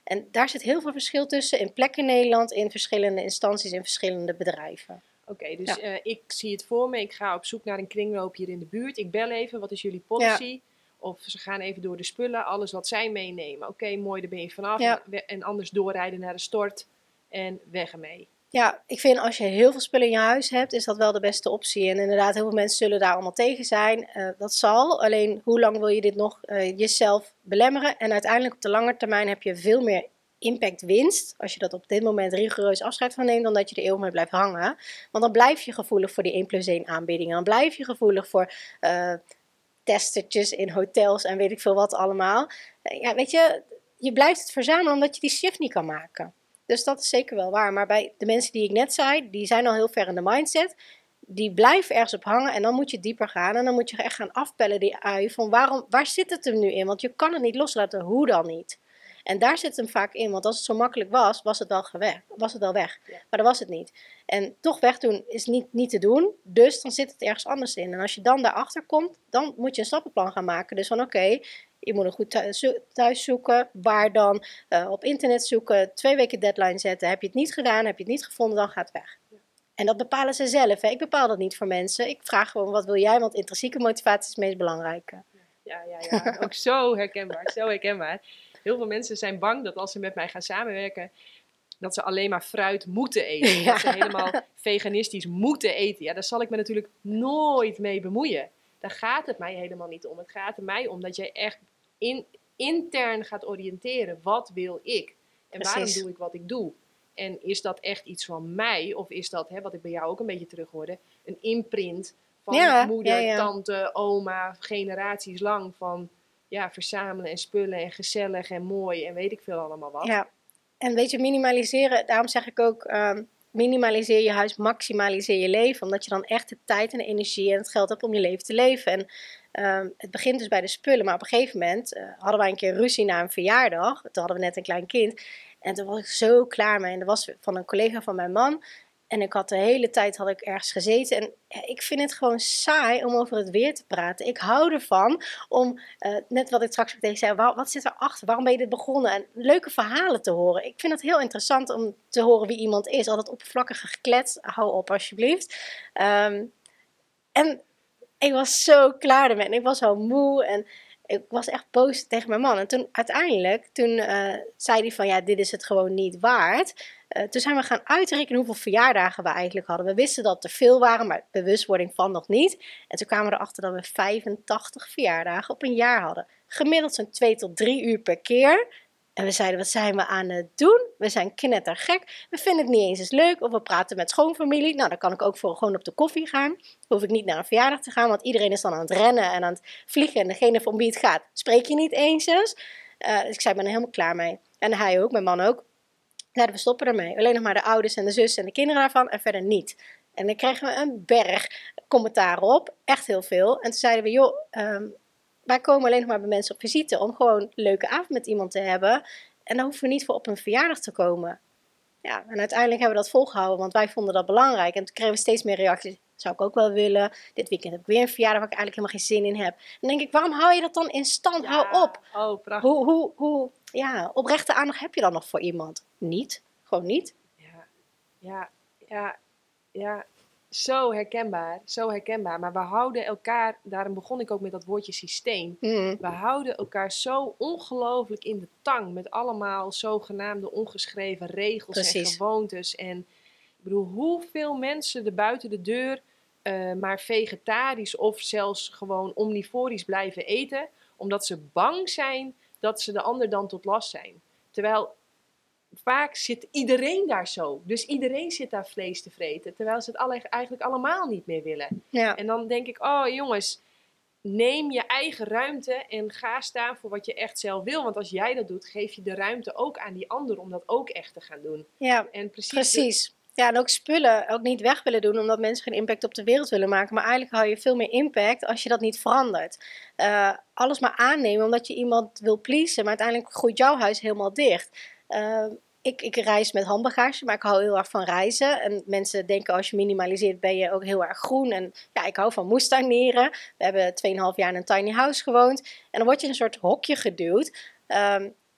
En daar zit heel veel verschil tussen in plekken in Nederland, in verschillende instanties, in verschillende bedrijven. Oké, okay, dus ja. uh, ik zie het voor me. Ik ga op zoek naar een kringloop hier in de buurt. Ik bel even, wat is jullie policy? Ja. Of ze gaan even door de spullen, alles wat zij meenemen. Oké, okay, mooi, daar ben je vanaf. Ja. En, en anders doorrijden naar de stort en weg ermee. Ja, ik vind als je heel veel spullen in je huis hebt, is dat wel de beste optie. En inderdaad, heel veel mensen zullen daar allemaal tegen zijn. Uh, dat zal. Alleen, hoe lang wil je dit nog uh, jezelf belemmeren? En uiteindelijk op de lange termijn heb je veel meer impact winst, als je dat op dit moment rigoureus afscheid van neemt, dan dat je er eeuwig mee blijft hangen. Want dan blijf je gevoelig voor die één plus één aanbiedingen. Dan blijf je gevoelig voor uh, testertjes in hotels en weet ik veel wat allemaal. Uh, ja, weet je, je blijft het verzamelen omdat je die shift niet kan maken. Dus dat is zeker wel waar. Maar bij de mensen die ik net zei, die zijn al heel ver in de mindset. Die blijven ergens op hangen en dan moet je dieper gaan. En dan moet je echt gaan afpellen die ui van waarom, waar zit het hem nu in? Want je kan het niet loslaten, hoe dan niet? En daar zit hem vaak in, want als het zo makkelijk was, was het wel, geweg, was het wel weg. Ja. Maar dat was het niet. En toch wegdoen is niet, niet te doen, dus dan zit het ergens anders in. En als je dan daarachter komt, dan moet je een stappenplan gaan maken. Dus van oké, okay, je moet een goed thuis, thuis zoeken, waar dan, uh, op internet zoeken, twee weken deadline zetten. Heb je het niet gedaan, heb je het niet gevonden, dan gaat het weg. Ja. En dat bepalen ze zelf. Hè? Ik bepaal dat niet voor mensen. Ik vraag gewoon, wat wil jij? Want intrinsieke motivatie is het meest belangrijke. Ja, ja, ja. Ook zo herkenbaar, zo herkenbaar. Heel veel mensen zijn bang dat als ze met mij gaan samenwerken, dat ze alleen maar fruit moeten eten. Ja. Dat ze helemaal veganistisch moeten eten. Ja, daar zal ik me natuurlijk nooit mee bemoeien. Daar gaat het mij helemaal niet om. Het gaat er mij om dat jij echt in, intern gaat oriënteren. Wat wil ik? En Precies. waarom doe ik wat ik doe? En is dat echt iets van mij? Of is dat, hè, wat ik bij jou ook een beetje terug hoorde, een imprint van ja, moeder, ja, ja. tante, oma, generaties lang van ja, verzamelen en spullen en gezellig en mooi en weet ik veel allemaal wat. Ja, en weet je, minimaliseren, daarom zeg ik ook, um, minimaliseer je huis, maximaliseer je leven. Omdat je dan echt de tijd en de energie en het geld hebt om je leven te leven. En um, het begint dus bij de spullen, maar op een gegeven moment uh, hadden wij een keer ruzie na een verjaardag. Toen hadden we net een klein kind en toen was ik zo klaar mee. En dat was van een collega van mijn man. En ik had de hele tijd had ik ergens gezeten. En ik vind het gewoon saai om over het weer te praten. Ik hou ervan om, uh, net wat ik straks ook tegen zei, waar, wat zit erachter? Waarom ben je dit begonnen? En leuke verhalen te horen. Ik vind het heel interessant om te horen wie iemand is. Altijd oppervlakkige geklets. Hou op alsjeblieft. Um, en ik was zo klaar ermee. En ik was zo moe en ik was echt boos tegen mijn man. En toen uiteindelijk, toen uh, zei hij van ja, dit is het gewoon niet waard. Uh, toen zijn we gaan uitrekenen hoeveel verjaardagen we eigenlijk hadden. We wisten dat er veel waren, maar bewustwording van nog niet. En toen kwamen we erachter dat we vijfentachtig verjaardagen op een jaar hadden. Gemiddeld zo'n twee tot drie uur per keer. En we zeiden, wat zijn we aan het doen? We zijn knettergek. We vinden het niet eens eens leuk. Of we praten met schoonfamilie. Nou, dan kan ik ook voor gewoon op de koffie gaan. Dan hoef ik niet naar een verjaardag te gaan. Want iedereen is dan aan het rennen en aan het vliegen. En degene van wie het gaat, spreek je niet eens eens. Uh, dus ik zei, ik ben er helemaal klaar mee. En hij ook, mijn man ook. Nou, we stoppen ermee. Alleen nog maar de ouders en de zus en de kinderen daarvan. En verder niet. En dan kregen we een berg commentaar op. Echt heel veel. En toen zeiden we, joh... Um, wij komen alleen nog maar bij mensen op visite om gewoon een leuke avond met iemand te hebben. En dan hoeven we niet voor op een verjaardag te komen. Ja, en uiteindelijk hebben we dat volgehouden, want wij vonden dat belangrijk. En toen kregen we steeds meer reacties. Zou ik ook wel willen. Dit weekend heb ik weer een verjaardag waar ik eigenlijk helemaal geen zin in heb. Dan denk ik, waarom hou je dat dan in stand? Ja, hou op. Oh, prachtig. Hoe, hoe, hoe, ja, oprechte aandacht heb je dan nog voor iemand? Niet. Gewoon niet. Ja, ja, ja, ja. Zo herkenbaar, zo herkenbaar. Maar we houden elkaar, daarom begon ik ook met dat woordje systeem. Mm. We houden elkaar zo ongelooflijk in de tang met allemaal zogenaamde ongeschreven regels Precies. en gewoontes. En ik bedoel, hoeveel mensen er buiten de deur uh, maar vegetarisch of zelfs gewoon omnivorisch blijven eten, omdat ze bang zijn dat ze de ander dan tot last zijn. Terwijl vaak zit iedereen daar zo. Dus iedereen zit daar vlees te vreten. Terwijl ze het alle, eigenlijk allemaal niet meer willen. Ja. En dan denk ik, oh jongens, neem je eigen ruimte en ga staan voor wat je echt zelf wil. Want als jij dat doet, geef je de ruimte ook aan die ander om dat ook echt te gaan doen. Ja, en precies. precies. De... Ja, en ook spullen ook niet weg willen doen omdat mensen geen impact op de wereld willen maken. Maar eigenlijk hou je veel meer impact als je dat niet verandert. Uh, alles maar aannemen omdat je iemand wil pleasen. Maar uiteindelijk groeit jouw huis helemaal dicht. Uh, ik, ik reis met handbagage, maar ik hou heel erg van reizen. En mensen denken als je minimaliseert ben je ook heel erg groen. En ja, ik hou van moestuinieren. We hebben tweeënhalf jaar in een tiny house gewoond. En dan word je in een soort hokje geduwd. Um,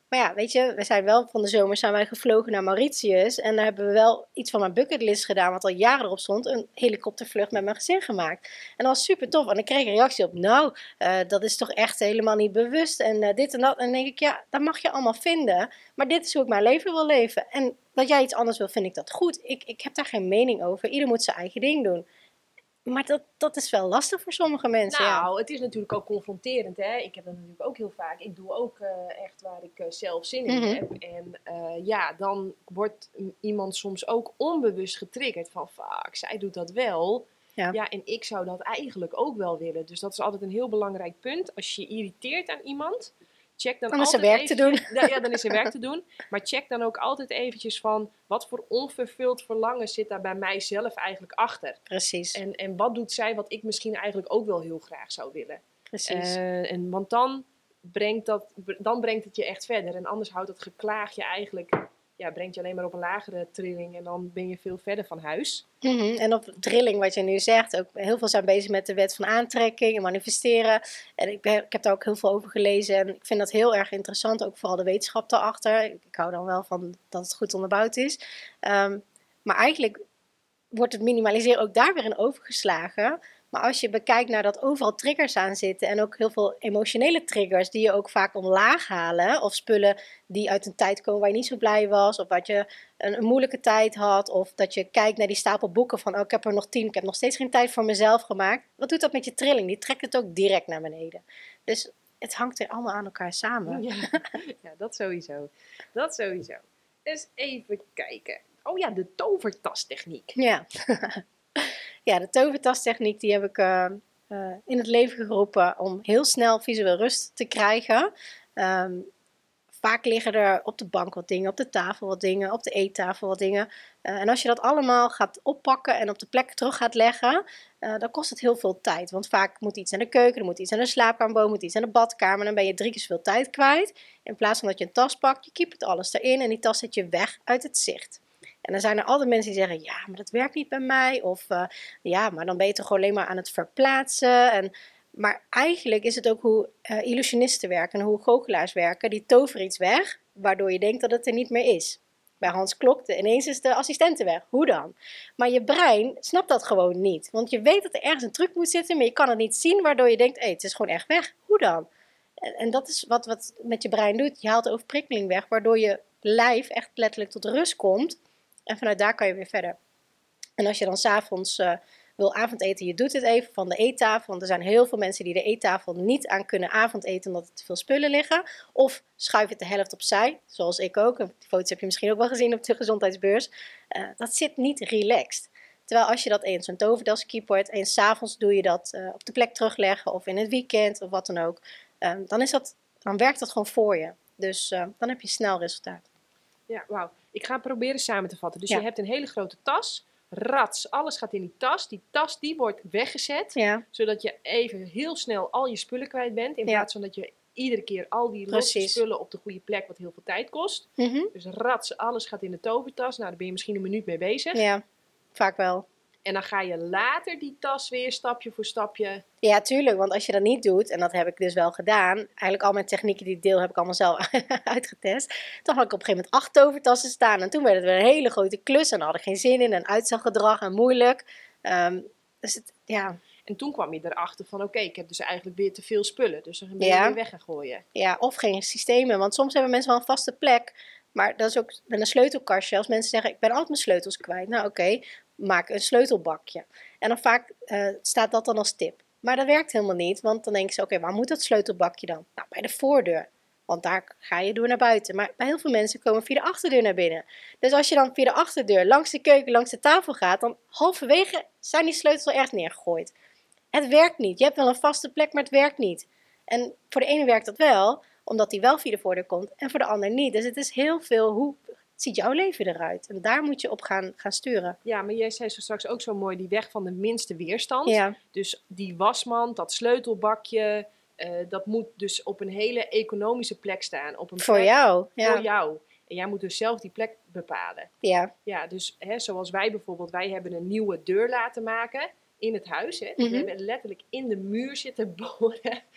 Maar ja, weet je, we zijn wel van de zomer zijn wij gevlogen naar Mauritius. En daar hebben we wel iets van mijn bucketlist gedaan, wat al jaren erop stond. Een helikoptervlucht met mijn gezin gemaakt. En dat was super tof. En ik kreeg een reactie op, nou, uh, dat is toch echt helemaal niet bewust. En uh, dit en dat. En dan denk ik, ja, dat mag je allemaal vinden. Maar dit is hoe ik mijn leven wil leven. En dat jij iets anders wil, vind ik dat goed. Ik, ik heb daar geen mening over. Ieder moet zijn eigen ding doen. Maar dat, dat is wel lastig voor sommige mensen. Nou, ja. het is natuurlijk ook confronterend. Hè? Ik heb dat natuurlijk ook heel vaak. Ik doe ook uh, echt waar ik uh, zelf zin in Mm-hmm. heb. En uh, ja, dan wordt iemand soms ook onbewust getriggerd. Van, fuck, zij doet dat wel. Ja. ja, en ik zou dat eigenlijk ook wel willen. Dus dat is altijd een heel belangrijk punt. Als je je irriteert aan iemand, check dan, dan is altijd er werk eventjes, te doen. Ja, dan is er werk te doen. Maar check dan ook altijd eventjes van, wat voor onvervuld verlangen zit daar bij mijzelf eigenlijk achter? Precies. En, en wat doet zij wat ik misschien eigenlijk ook wel heel graag zou willen? Precies. Uh, en, want dan brengt, dat, dan brengt het je echt verder. En anders houdt het geklaag je eigenlijk, ja, brengt je alleen maar op een lagere trilling. En dan ben je veel verder van huis. Mm-hmm. En op trilling, wat je nu zegt, ook heel veel zijn bezig met de wet van aantrekking en manifesteren. En ik, ben, ik heb daar ook heel veel over gelezen en ik vind dat heel erg interessant, ook vooral de wetenschap daarachter. Ik, ik hou dan wel van dat het goed onderbouwd is. Um, maar eigenlijk wordt het minimaliseren ook daar weer in overgeslagen. Maar als je bekijkt naar dat overal triggers aan zitten en ook heel veel emotionele triggers die je ook vaak omlaag halen, of spullen die uit een tijd komen waar je niet zo blij was, of dat je een, een moeilijke tijd had, of dat je kijkt naar die stapel boeken van oh, ik heb er nog tien, ik heb nog steeds geen tijd voor mezelf gemaakt. Wat doet dat met je trilling? Die trekt het ook direct naar beneden. Dus het hangt er allemaal aan elkaar samen. Ja, ja dat sowieso. Dat sowieso. Dus even kijken. Oh ja, de tovertastechniek. Ja. Ja, de tovertastechniek die heb ik uh, uh, in het leven geroepen om heel snel visueel rust te krijgen. Um, vaak liggen er op de bank wat dingen, op de tafel wat dingen, op de eettafel wat dingen. Uh, en als je dat allemaal gaat oppakken en op de plek terug gaat leggen, uh, dan kost het heel veel tijd. Want vaak moet iets aan de keuken, er moet iets aan de slaapkamer, moet iets aan de badkamer. Dan ben je drie keer zoveel tijd kwijt. In plaats van dat je een tas pakt, je kiept het alles erin en die tas zet je weg uit het zicht. En dan zijn er altijd mensen die zeggen, ja, maar dat werkt niet bij mij. Of uh, ja, maar dan ben je toch alleen maar aan het verplaatsen. En, maar eigenlijk is het ook hoe uh, illusionisten werken en hoe goochelaars werken. Die toveren iets weg, waardoor je denkt dat het er niet meer is. Bij Hans Klok, ineens is de assistente weg. Hoe dan? Maar je brein snapt dat gewoon niet. Want je weet dat er ergens een truc moet zitten, maar je kan het niet zien, waardoor je denkt, hé, hey, het is gewoon echt weg. Hoe dan? En, en dat is wat, wat met je brein doet. Je haalt de overprikkeling weg, waardoor je lijf echt letterlijk tot rust komt. En vanuit daar kan je weer verder. En als je dan 's avonds uh, wil avondeten, je doet het even van de eettafel. Want er zijn heel veel mensen die de eettafel niet aan kunnen avondeten omdat er te veel spullen liggen. Of schuif het de helft opzij, zoals ik ook. Die foto's heb je misschien ook wel gezien op de gezondheidsbeurs. Uh, dat zit niet relaxed. Terwijl als je dat eens zo'n toverdas keyboard en 's avonds doe je dat uh, op de plek terugleggen of in het weekend of wat dan ook. Uh, dan, is dat, dan werkt dat gewoon voor je. Dus uh, dan heb je snel resultaat. Ja, wauw. Ik ga proberen samen te vatten. Dus ja. je hebt een hele grote tas. Rats, alles gaat in die tas. Die tas die wordt weggezet. Ja. Zodat je even heel snel al je spullen kwijt bent. In ja. plaats van dat je iedere keer al die losse spullen op de goede plek. Wat heel veel tijd kost. Mm-hmm. Dus rats, alles gaat in de tovertas. Nou, daar ben je misschien een minuut mee bezig. Ja, vaak wel. En dan ga je later die tas weer stapje voor stapje. Ja, tuurlijk. Want als je dat niet doet, en dat heb ik dus wel gedaan. Eigenlijk al mijn technieken die ik deel heb ik allemaal zelf uitgetest. Toen had ik op een gegeven moment acht tovertassen staan. En toen werd het weer een hele grote klus. En daar had ik geen zin in. En uitstelgedrag en moeilijk. Um, dus het, ja... En toen kwam je erachter van, oké, okay, ik heb dus eigenlijk weer te veel spullen. Dus dan ben je ja. weer weg gaan gooien. Ja, of geen systemen. Want soms hebben mensen wel een vaste plek. Maar dat is ook met een sleutelkastje. Als mensen zeggen, ik ben altijd mijn sleutels kwijt. Nou oké, okay, maak een sleutelbakje. En dan vaak uh, staat dat dan als tip. Maar dat werkt helemaal niet. Want dan denken ze, oké, okay, waar moet dat sleutelbakje dan? Nou, bij de voordeur. Want daar ga je door naar buiten. Maar bij heel veel mensen komen via de achterdeur naar binnen. Dus als je dan via de achterdeur langs de keuken, langs de tafel gaat. Dan halverwege zijn die sleutels al ergens neergegooid. Het werkt niet. Je hebt wel een vaste plek, maar het werkt niet. En voor de ene werkt dat wel, omdat die wel via de voordeur komt. En voor de ander niet. Dus het is heel veel, hoe ziet jouw leven eruit? En daar moet je op gaan, gaan sturen. Ja, maar jij zei zo straks ook zo mooi, die weg van de minste weerstand. Ja. Dus die wasmand, dat sleutelbakje, uh, dat moet dus op een hele economische plek staan. Op een voor plek, jou. Ja. Voor jou. En jij moet dus zelf die plek bepalen. Ja. Ja, dus hè, zoals wij bijvoorbeeld, wij hebben een nieuwe deur laten maken in het huis. Hè. Dus mm-hmm. we hebben letterlijk in de muur zitten boren.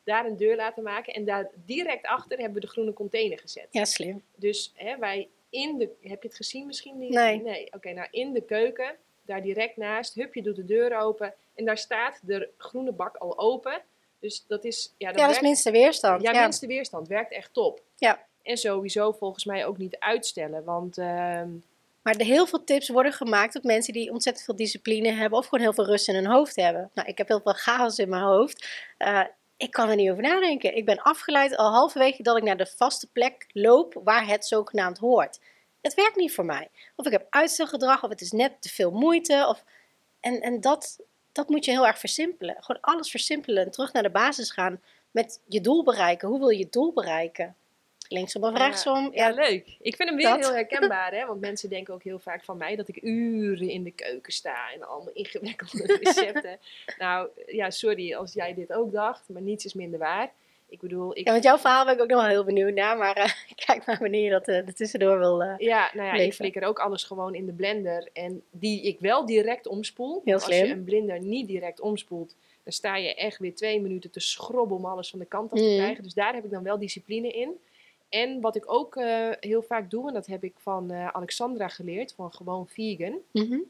daar een deur laten maken. En daar direct achter hebben we de groene container gezet. Ja, slim. Dus hè, wij in de... Heb je het gezien misschien? Die, Nee. Nee. Oké, okay, nou in de keuken, daar direct naast. Hup, je doet de deur open. En daar staat de groene bak al open. Dus dat is... Ja, dat, ja, dat werkt, is minste weerstand. Ja, ja, minste weerstand. Werkt echt top. Ja. En sowieso volgens mij ook niet uitstellen. Want... Uh, Maar de heel veel tips worden gemaakt op mensen die ontzettend veel discipline hebben. Of gewoon heel veel rust in hun hoofd hebben. Nou, ik heb heel veel chaos in mijn hoofd. Uh, ik kan er niet over nadenken. Ik ben afgeleid al halverwege dat ik naar de vaste plek loop waar het zogenaamd hoort. Het werkt niet voor mij. Of ik heb uitstelgedrag, of het is net te veel moeite. Of... En, en dat, dat moet je heel erg versimpelen. Gewoon alles versimpelen en terug naar de basis gaan met je doel bereiken. Hoe wil je je doel bereiken? Linksom of rechtsom? Ja, ja, leuk. Ik vind hem weer dat. heel herkenbaar, hè? Want mensen denken ook heel vaak van mij dat ik uren in de keuken sta en allemaal ingewikkelde recepten. Nou, ja, sorry als jij dit ook dacht, maar niets is minder waar. Ik bedoel... Ik... Ja, want jouw verhaal ben ik ook nog wel heel benieuwd naar, maar uh, kijk maar wanneer je dat uh, er tussendoor wil uh, Ja, nou ja, leven. Ik flikker ook alles gewoon in de blender en die ik wel direct omspoel. Heel als slim. je een blender niet direct omspoelt, dan sta je echt weer twee minuten te schrobben om alles van de kant af te mm. krijgen. Dus daar heb ik dan wel discipline in. En wat ik ook uh, heel vaak doe, en dat heb ik van uh, Alexandra geleerd, van Gewoon Vegan. Mm-hmm.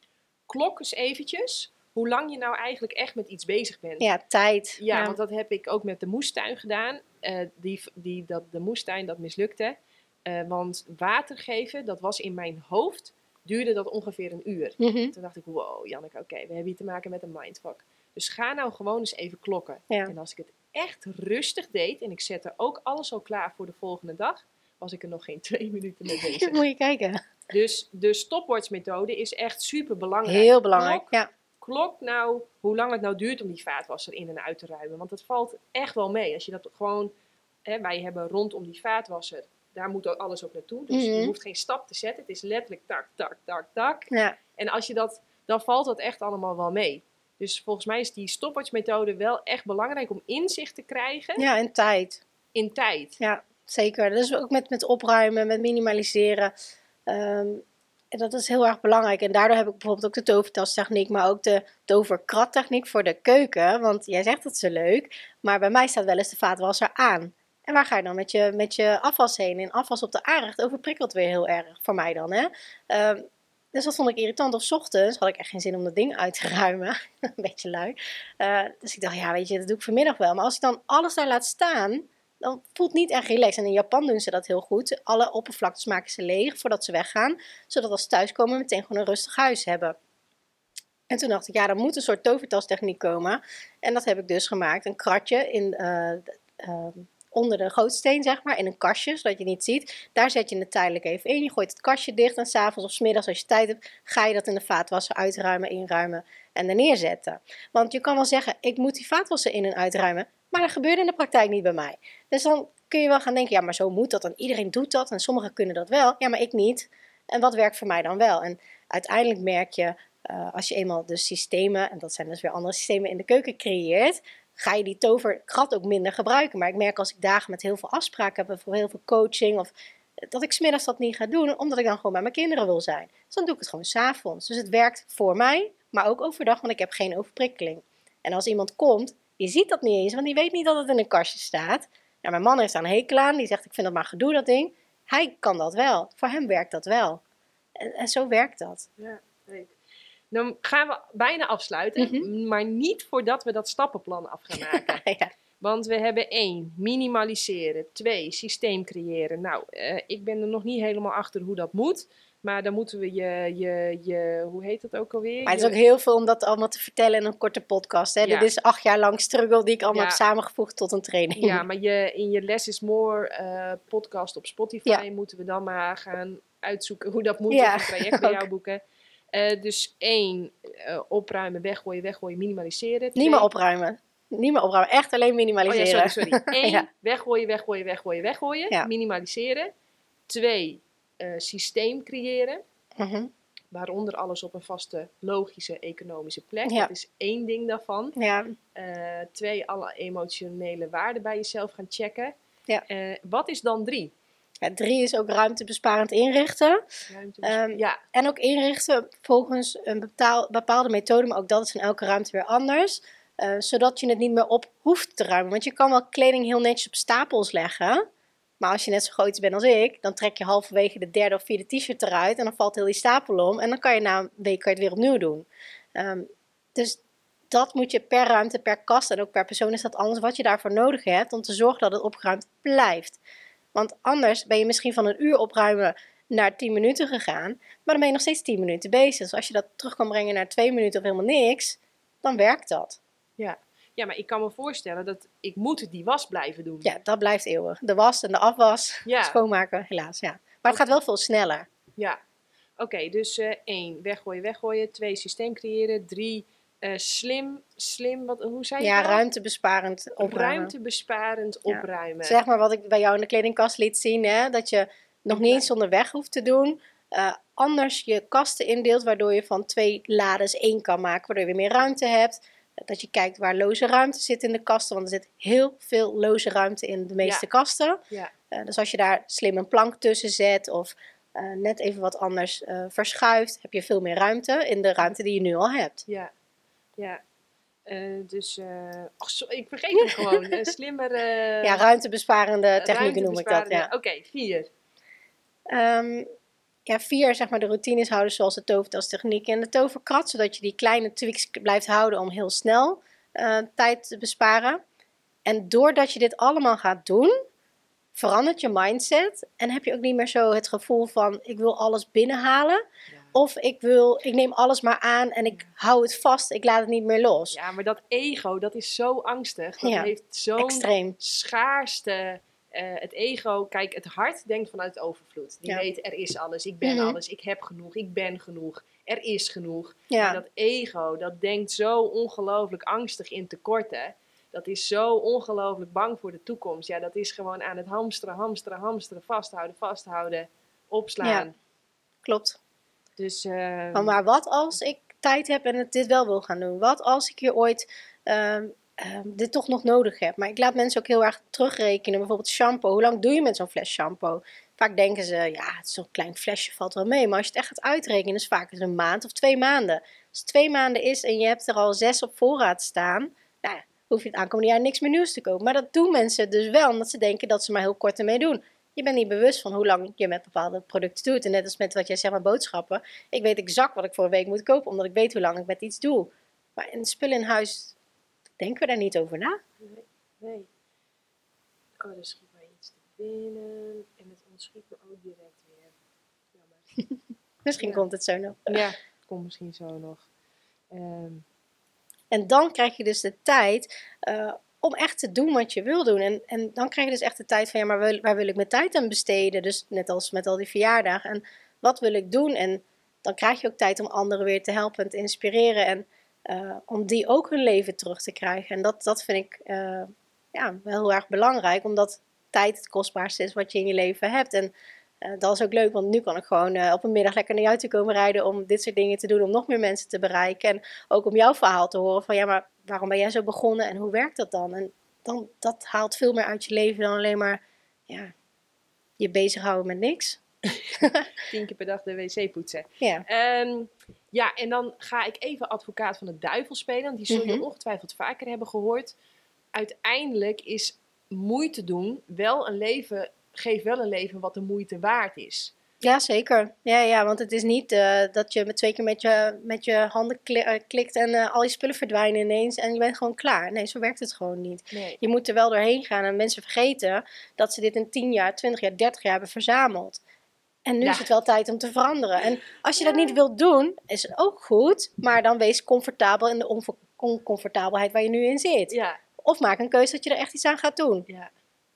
Klok eens eventjes hoe lang je nou eigenlijk echt met iets bezig bent. Ja, tijd. Ja, ja. want dat heb ik ook met de moestuin gedaan. Uh, die, die, dat, de moestuin, dat mislukte. Uh, want water geven, dat was in mijn hoofd, duurde dat ongeveer een uur. Mm-hmm. Toen dacht ik, wow, Janneke, oké, okay, we hebben hier te maken met een mindfuck. Dus ga nou gewoon eens even klokken. Ja. En als ik het echt rustig deed en ik zette ook alles al klaar voor de volgende dag, was ik er nog geen twee minuten mee bezig. Moet je kijken. Dus de stopwatch-methode is echt super belangrijk. Heel belangrijk, klok, ja. Klok nou hoe lang het nou duurt om die vaatwasser in en uit te ruimen. Want dat valt echt wel mee. Als je dat gewoon, hè, wij hebben rondom die vaatwasser, daar moet ook alles ook naartoe. Dus mm-hmm. je hoeft geen stap te zetten. Het is letterlijk tak, tak, tak, tak. Ja. En als je dat, dan valt dat echt allemaal wel mee. Dus volgens mij is die stopwatch-methode wel echt belangrijk om inzicht te krijgen. Ja, en tijd. In tijd. Ja, zeker. Dus ook met, met opruimen, met minimaliseren. Um, en dat is heel erg belangrijk. En daardoor heb ik bijvoorbeeld ook de tovertastechniek, maar ook de toverkrattechniek voor de keuken. Want jij zegt dat zo leuk, maar bij mij staat wel eens de vaatwasser aan. En waar ga je dan met je, met je afwas heen? En afwas op de aanrecht overprikkelt weer heel erg, voor mij dan. Hè? Um, Dus dat vond ik irritant. Of 's ochtends had ik echt geen zin om dat ding uit te ruimen. Een beetje lui. Uh, dus ik dacht, ja, weet je, dat doe ik vanmiddag wel. Maar als ik dan alles daar laat staan, dan voelt het niet echt relaxed. En in Japan doen ze dat heel goed. Alle oppervlaktes maken ze leeg voordat ze weggaan. Zodat als ze thuiskomen meteen gewoon een rustig huis hebben. En toen dacht ik, ja, er moet een soort tovertastechniek komen. En dat heb ik dus gemaakt. Een kratje in... Uh, uh, onder de gootsteen, zeg maar, in een kastje, zodat je het niet ziet. Daar zet je het tijdelijk even in. Je gooit het kastje dicht en 's avonds of 's middags, als je tijd hebt, ga je dat in de vaatwasser uitruimen, inruimen en er neerzetten. Want je kan wel zeggen, ik moet die vaatwasser in en uitruimen, maar dat gebeurt in de praktijk niet bij mij. Dus dan kun je wel gaan denken, ja, maar zo moet dat en iedereen doet dat en sommigen kunnen dat wel. Ja, maar ik niet. En wat werkt voor mij dan wel? En uiteindelijk merk je, uh, als je eenmaal de systemen, en dat zijn dus weer andere systemen in de keuken creëert, ga je die toverkrat ook minder gebruiken. Maar ik merk als ik dagen met heel veel afspraken heb, of heel veel coaching, of dat ik 's middags dat niet ga doen, omdat ik dan gewoon bij mijn kinderen wil zijn. Dus dan doe ik het gewoon 's avonds. Dus het werkt voor mij, maar ook overdag, want ik heb geen overprikkeling. En als iemand komt, die ziet dat niet eens, want die weet niet dat het in een kastje staat. Nou, mijn man heeft daar een hekel aan, die zegt, ik vind dat maar gedoe, dat ding. Hij kan dat wel. Voor hem werkt dat wel. En, en zo werkt dat. Ja, leuk. Dan gaan we bijna afsluiten, mm-hmm. maar niet voordat we dat stappenplan af gaan maken. Ja. Want we hebben één, minimaliseren. Twee, systeem creëren. Nou, uh, ik ben er nog niet helemaal achter hoe dat moet. Maar dan moeten we je, je, je hoe heet dat ook alweer? Maar het is je... ook heel veel om dat allemaal te vertellen in een korte podcast. Hè? Ja. Dit is acht jaar lang struggle die ik allemaal ja. heb samengevoegd tot een training. Ja, maar je, in je Less is More uh, podcast op Spotify ja. moeten we dan maar gaan uitzoeken hoe dat moet. Ja. Of een traject bij jou boeken. Uh, dus één, uh, opruimen, weggooien, weggooien, minimaliseren. Twee... Niet meer opruimen. Niet meer opruimen, echt alleen minimaliseren. Oh ja, sorry, sorry. Eén, ja. weggooien, weggooien, weggooien, weggooien. Ja. Minimaliseren. Twee, uh, systeem creëren. Uh-huh. Waaronder alles op een vaste, logische, economische plek. Ja. Dat is één ding daarvan. Ja. Uh, twee, alle emotionele waarden bij jezelf gaan checken. Ja. Uh, wat is dan drie? Ja, drie is ook ruimtebesparend inrichten. Ruimtebesparend, um, ja. En ook inrichten volgens een bepaal, bepaalde methode, maar ook dat is in elke ruimte weer anders. Uh, zodat je het niet meer op hoeft te ruimen. Want je kan wel kleding heel netjes op stapels leggen. Maar als je net zo groot bent als ik, dan trek je halverwege de derde of vierde t-shirt eruit. En dan valt heel die stapel om. En dan kan je na een week kan je het weer opnieuw doen. Um, dus dat moet je per ruimte, per kast en ook per persoon is dat anders wat je daarvoor nodig hebt. Om te zorgen dat het opgeruimd blijft. Want anders ben je misschien van een uur opruimen naar tien minuten gegaan. Maar dan ben je nog steeds tien minuten bezig. Dus als je dat terug kan brengen naar twee minuten of helemaal niks, dan werkt dat. Ja. Ja, maar ik kan me voorstellen dat ik moet die was blijven doen. Ja, dat blijft eeuwig. De was en de afwas, ja. Schoonmaken, helaas, ja. Maar het okay. gaat wel veel sneller. Ja, oké, okay, dus uh, één, weggooien, weggooien. Twee, systeem creëren. Drie, uh, slim, slim, wat, hoe zei je Ja, dat? ruimtebesparend opruimen. Ruimtebesparend ja. opruimen. Zeg maar wat ik bij jou in de kledingkast liet zien, hè, dat je nog niet eens zonder weg hoeft te doen. Uh, anders je kasten indeelt, waardoor je van twee lades één kan maken, waardoor je weer meer ruimte hebt. Dat je kijkt waar loze ruimte zit in de kasten. Want er zit heel veel loze ruimte in de meeste ja. kasten. Ja. Uh, dus als je daar slim een plank tussen zet. Of uh, net even wat anders uh, verschuift. Heb je veel meer ruimte in de ruimte die je nu al hebt. Ja, ja. Uh, dus, uh, oh, sorry, ik vergeet hem gewoon. Uh, slimmer... Uh, ja, ruimtebesparende technieken noem ik dat. Ja. Oké, okay, vier. Um, Ja, vier, zeg maar, de routines houden zoals de tovertastechniek en de toverkrat. Zodat je die kleine tweaks blijft houden om heel snel uh, tijd te besparen. En doordat je dit allemaal gaat doen, verandert je mindset. En heb je ook niet meer zo het gevoel van, ik wil alles binnenhalen. Ja. Of ik, wil, ik neem alles maar aan en ik hou het vast, ik laat het niet meer los. Ja, maar dat ego, dat is zo angstig. Dat ja, heeft zo'n extreem. schaarste... Uh, het ego, kijk, het hart denkt vanuit overvloed. Die ja. weet, er is alles, ik ben mm-hmm. alles, ik heb genoeg, ik ben genoeg, er is genoeg. Ja. Maar dat ego, dat denkt zo ongelooflijk angstig in tekorten. Dat is zo ongelooflijk bang voor de toekomst. Ja, dat is gewoon aan het hamsteren, hamsteren, hamsteren, vasthouden, vasthouden, opslaan. Ja, klopt. Dus, uh, maar, maar wat als ik tijd heb en het dit wel wil gaan doen? Wat als ik hier ooit... Uh, Uh, dit toch nog nodig heb. Maar ik laat mensen ook heel erg terugrekenen. Bijvoorbeeld shampoo. Hoe lang doe je met zo'n fles shampoo? Vaak denken ze, ja, het is zo'n klein flesje, valt wel mee. Maar als je het echt gaat uitrekenen, is vaak een maand of twee maanden. Als het twee maanden is en je hebt er al zes op voorraad staan, nou, hoef je het aankomende jaar niks meer nieuws te kopen. Maar dat doen mensen dus wel, omdat ze denken dat ze maar heel kort ermee doen. Je bent niet bewust van hoe lang je met bepaalde producten doet. En net als met wat jij zegt met boodschappen. Ik weet exact wat ik voor een week moet kopen, omdat ik weet hoe lang ik met iets doe. Maar in spullen in huis... denken we daar niet over na? Nee. nee. Oh, er schiet mij iets te binnen. En het ontschiet me ook direct weer. Jammer. Misschien ja. komt het zo nog. Ja, het komt misschien zo nog. Um. En dan krijg je dus de tijd uh, om echt te doen wat je wil doen. En, en dan krijg je dus echt de tijd van, ja, maar waar, waar wil ik mijn tijd aan besteden? Dus net als met al die verjaardagen. En wat wil ik doen? En dan krijg je ook tijd om anderen weer te helpen en te inspireren. En Uh, om die ook hun leven terug te krijgen. En dat, dat vind ik uh, ja, wel heel erg belangrijk. Omdat tijd het kostbaarste is wat je in je leven hebt. En uh, dat is ook leuk. Want nu kan ik gewoon uh, op een middag lekker naar jou toe komen rijden. Om dit soort dingen te doen. Om nog meer mensen te bereiken. En ook om jouw verhaal te horen. Van ja, maar waarom ben jij zo begonnen? En hoe werkt dat dan? En dan, dat haalt veel meer uit je leven dan alleen maar ja, je bezighouden met niks. Tien keer per dag de wc poetsen. Ja. Um, ja, en dan ga ik even advocaat van de duivel spelen. Want die zul je mm-hmm. ongetwijfeld vaker hebben gehoord. Uiteindelijk is moeite doen wel een leven, geeft wel een leven wat de moeite waard is. Ja, zeker. Ja, ja, want het is niet uh, dat je met twee keer met je, met je handen kli- uh, klikt en uh, al je spullen verdwijnen ineens en je bent gewoon klaar. Nee, zo werkt het gewoon niet. Nee. Je moet er wel doorheen gaan en mensen vergeten dat ze dit in tien jaar, twintig jaar, dertig jaar hebben verzameld. En nu ja. is het wel tijd om te veranderen. En als je ja. dat niet wilt doen, is het ook goed. Maar dan wees comfortabel in de onver- oncomfortabelheid waar je nu in zit. Ja. Of maak een keuze dat je er echt iets aan gaat doen. Ja,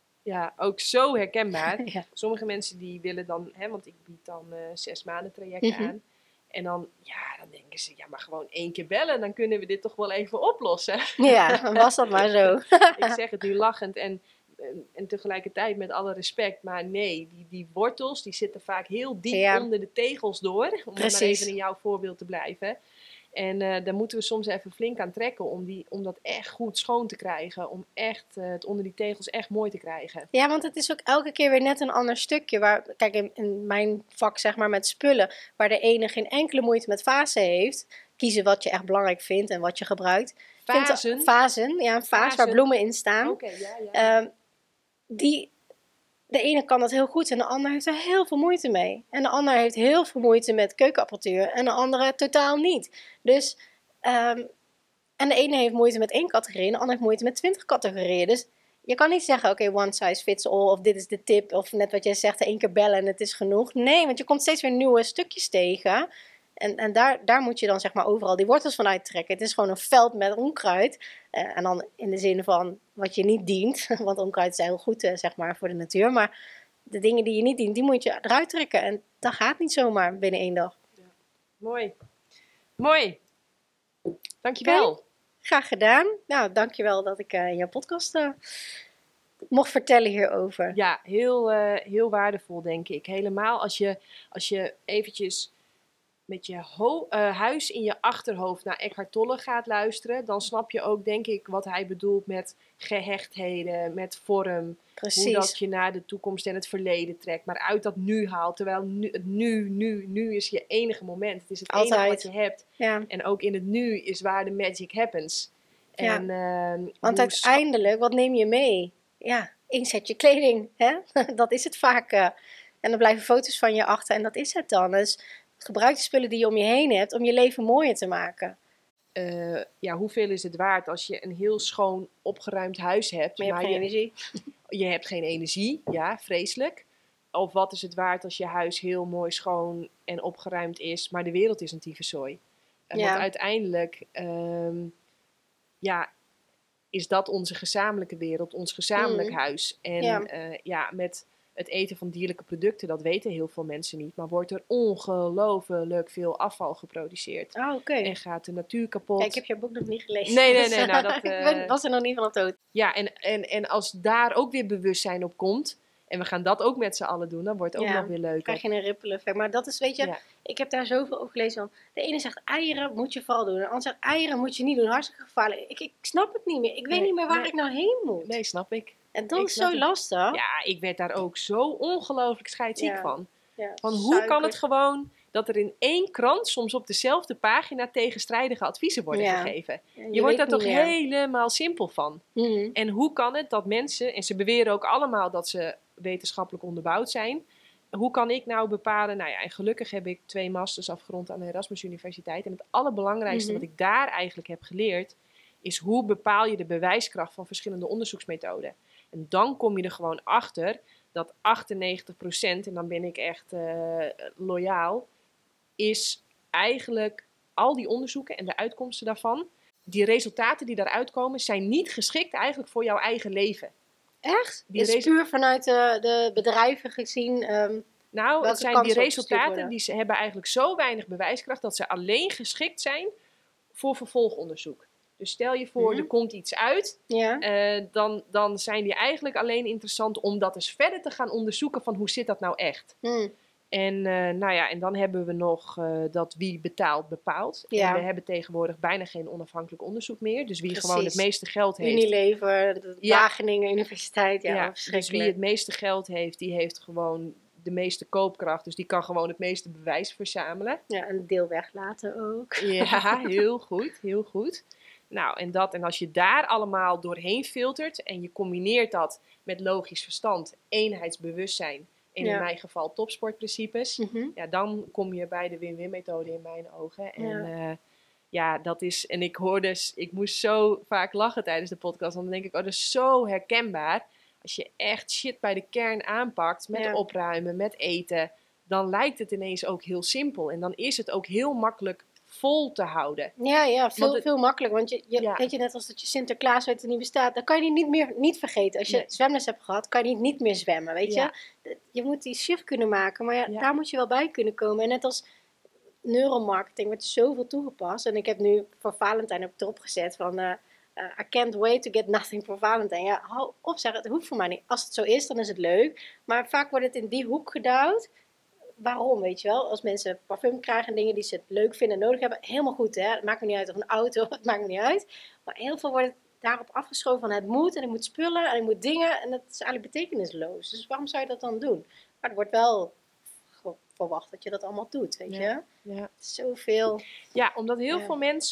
ja ook zo herkenbaar. Ja. Sommige mensen die willen dan, hè, want ik bied dan uh, zes maanden trajecten mm-hmm. aan. En dan, ja, dan denken ze, ja, maar gewoon één keer bellen. Dan kunnen we dit toch wel even oplossen. Ja, dan was dat maar zo. Ik zeg het nu lachend en... En, en tegelijkertijd met alle respect, maar nee, die, die wortels die zitten vaak heel diep ja. onder de tegels door. Om maar even in jouw voorbeeld te blijven. En uh, daar moeten we soms even flink aan trekken om, die, om dat echt goed schoon te krijgen. Om echt uh, het onder die tegels echt mooi te krijgen. Ja, want het is ook elke keer weer net een ander stukje. Waar, kijk, in, in mijn vak zeg maar met spullen, waar de ene geen enkele moeite met fasen heeft. Kiezen wat je echt belangrijk vindt en wat je gebruikt. vind Vazen? dat- vazen, ja, een vaas Vazen. waar bloemen in staan. Oké, ja, ja. Ehm, die, de ene kan dat heel goed en de ander heeft er heel veel moeite mee. En de ander heeft heel veel moeite met keukenapparatuur en de andere totaal niet. Dus, ehm, en de ene heeft moeite met één categorie en de ander heeft moeite met twintig categorieën. Dus je kan niet zeggen, oké, one size fits all, of dit is de tip, of net wat jij zegt, één keer bellen en het is genoeg. Nee, want je komt steeds weer nieuwe stukjes tegen. En, en daar, daar moet je dan zeg maar overal die wortels van uittrekken. Het is gewoon een veld met onkruid. Uh, en dan in de zin van wat je niet dient. Want onkruid is heel goed uh, zeg maar, voor de natuur. Maar de dingen die je niet dient, die moet je eruit trekken. En dat gaat niet zomaar binnen één dag. Ja. Mooi. Mooi. Dankjewel. Okay. Graag gedaan. Nou, dankjewel dat ik uh, in jouw podcast uh, mocht vertellen hierover. Ja, heel, uh, heel waardevol denk ik. Helemaal als je, als je eventjes met je ho- uh, huis in je achterhoofd naar Eckhart Tolle gaat luisteren, dan snap je ook, denk ik, wat hij bedoelt met gehechtheden, met vorm. Precies. Hoe dat je naar de toekomst en het verleden trekt, maar uit dat nu haalt. Terwijl nu, het nu, nu, nu is je enige moment. Het is het Altijd. enige wat je hebt. Ja. En ook in het nu is waar de magic happens. En, ja. uh, Want uiteindelijk, wat neem je mee? Ja, één setje kleding. Hè? Dat is het vaak. Uh, en dan blijven foto's van je achter en dat is het dan. Dus gebruik de spullen die je om je heen hebt om je leven mooier te maken. Uh, ja, hoeveel is het waard als je een heel schoon, opgeruimd huis hebt, maar je hebt geen je, energie. Je hebt geen energie, ja, vreselijk. Of wat is het waard als je huis heel mooi, schoon en opgeruimd is, maar de wereld is een tyfuszooi. Uh, ja. Want uiteindelijk, um, ja, is dat onze gezamenlijke wereld, ons gezamenlijk mm. huis. En ja. Uh, ja, met het eten van dierlijke producten, dat weten heel veel mensen niet. Maar wordt er ongelooflijk veel afval geproduceerd. Oh, oké. Okay. En gaat de natuur kapot. Ja, ik heb jouw boek nog niet gelezen. Nee, nee, nee. Nou, dat, uh... ik ben, was er nog niet van op de hoogte. Ja, en, en, en als daar ook weer bewustzijn op komt, en we gaan dat ook met z'n allen doen, dan wordt het ook ja, nog weer leuker. Krijg je een ripple effect. Maar dat is, weet je, ja. ik heb daar zoveel over gelezen. Van, de ene zegt eieren moet je vooral doen. En de ander zegt eieren moet je niet doen. Hartstikke gevaarlijk. Ik, ik snap het niet meer. Ik weet nee, niet meer waar nee. ik nou heen moet. Nee, snap ik. En dat ik is zo het. lastig. Ja, ik werd daar ook zo ongelooflijk scheidsziek ja. van. Ja, van hoe suiker. Kan het gewoon dat er in één krant soms op dezelfde pagina tegenstrijdige adviezen worden ja. gegeven? Ja, je, je wordt daar toch meer. helemaal simpel van. Mm-hmm. En hoe kan het dat mensen, en ze beweren ook allemaal dat ze wetenschappelijk onderbouwd zijn. Hoe kan ik nou bepalen, nou ja, en gelukkig heb ik twee masters afgerond aan de Erasmus Universiteit. En het allerbelangrijkste mm-hmm. wat ik daar eigenlijk heb geleerd, is hoe bepaal je de bewijskracht van verschillende onderzoeksmethoden. En dan kom je er gewoon achter dat achtennegentig procent, en dan ben ik echt uh, loyaal, is eigenlijk al die onderzoeken en de uitkomsten daarvan, die resultaten die daaruit komen, zijn niet geschikt eigenlijk voor jouw eigen leven. Echt? Die is resu- puur vanuit de, de bedrijven gezien? Um, nou, het zijn die resultaten, die ze hebben eigenlijk zo weinig bewijskracht dat ze alleen geschikt zijn voor vervolgonderzoek. Dus stel je voor, mm-hmm. er komt iets uit, ja. uh, dan, dan zijn die eigenlijk alleen interessant om dat eens verder te gaan onderzoeken van hoe zit dat nou echt. Mm. En, uh, nou ja, en dan hebben we nog uh, dat wie betaalt bepaalt. Ja. En we hebben tegenwoordig bijna geen onafhankelijk onderzoek meer. Dus wie Precies. gewoon het meeste geld heeft. Unilever, de ja. Wageningen Universiteit, ja, ja dus wie het meeste geld heeft, die heeft gewoon de meeste koopkracht. Dus die kan gewoon het meeste bewijs verzamelen. Ja, een deel weglaten ook. Ja, heel goed, heel goed. Nou, en, dat, en als je daar allemaal doorheen filtert en je combineert dat met logisch verstand, eenheidsbewustzijn en ja. in mijn geval topsportprincipes, mm-hmm. ja, dan kom je bij de win-win methode in mijn ogen. En ja. Uh, ja, dat is, en ik hoor dus, ik moest zo vaak lachen tijdens de podcast, want dan denk ik, oh, dat is zo herkenbaar. Als je echt shit bij de kern aanpakt, met ja. opruimen, met eten, dan lijkt het ineens ook heel simpel. En dan is het ook heel makkelijk vol te houden. Ja, ja, veel, het, veel makkelijker. Want je, je, ja. weet je, net als dat je Sinterklaas weet er niet bestaat, dan kan je die niet meer niet vergeten. Als je nee. zwemles hebt gehad, kan je niet, niet meer zwemmen, weet ja. je. Je moet die shift kunnen maken, maar ja, ja. daar moet je wel bij kunnen komen. En net als neuromarketing wordt zoveel toegepast. En ik heb nu voor Valentijn heb ik erop gezet van uh, uh, I can't wait to get nothing for Valentijn. Ja, hou op, zeg, het hoeft voor mij niet. Als het zo is, dan is het leuk. Maar vaak wordt het in die hoek gedouwd. Waarom, weet je wel? Als mensen parfum krijgen en dingen die ze het leuk vinden en nodig hebben, helemaal goed, hè? Het maakt me niet uit of een auto, het maakt me niet uit. Maar heel veel wordt het daarop afgeschoven van het moet en ik moet spullen en ik moet dingen en dat is eigenlijk betekenisloos. Dus waarom zou je dat dan doen? Maar er wordt wel verwacht dat je dat allemaal doet, weet ja. je? Ja. Zoveel. Ja, omdat heel ja. veel mensen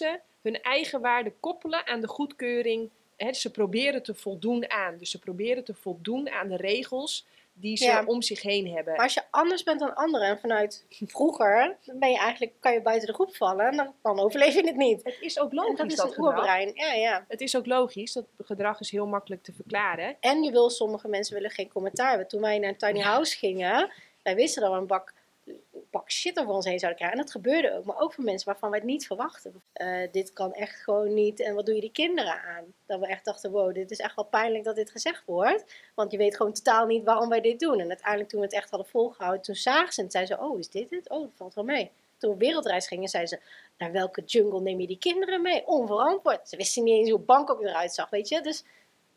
hun eigen waarde koppelen aan de goedkeuring. Hè, ze proberen te voldoen aan. Dus ze proberen te voldoen aan de regels die ze Ja. om zich heen hebben. Maar als je anders bent dan anderen en vanuit vroeger, dan ben je eigenlijk, kan je buiten de groep vallen en dan, dan overleef je het niet. Het is ook En logisch, dat is dat een gedrag. oerbrein. Ja, ja. Het is ook logisch, dat gedrag is heel makkelijk te verklaren. En je wil, sommige mensen willen geen commentaar hebben. Toen wij naar een tiny house gingen, wij wisten dat we een bak, een bak shit over ons heen zouden krijgen. En dat gebeurde ook, maar ook voor mensen waarvan wij het niet verwachten. Uh, dit kan echt gewoon niet. En wat doe je die kinderen aan? Dat we echt dachten, wow, dit is echt wel pijnlijk dat dit gezegd wordt. Want je weet gewoon totaal niet waarom wij dit doen. En uiteindelijk toen we het echt hadden volgehouden, toen zagen ze en zeiden ze, oh, is dit het? Oh, dat valt wel mee. Toen we wereldreis gingen, zeiden ze, naar welke jungle neem je die kinderen mee? Onverantwoord. Ze wisten niet eens hoe Bangkok eruit zag, weet je. Dus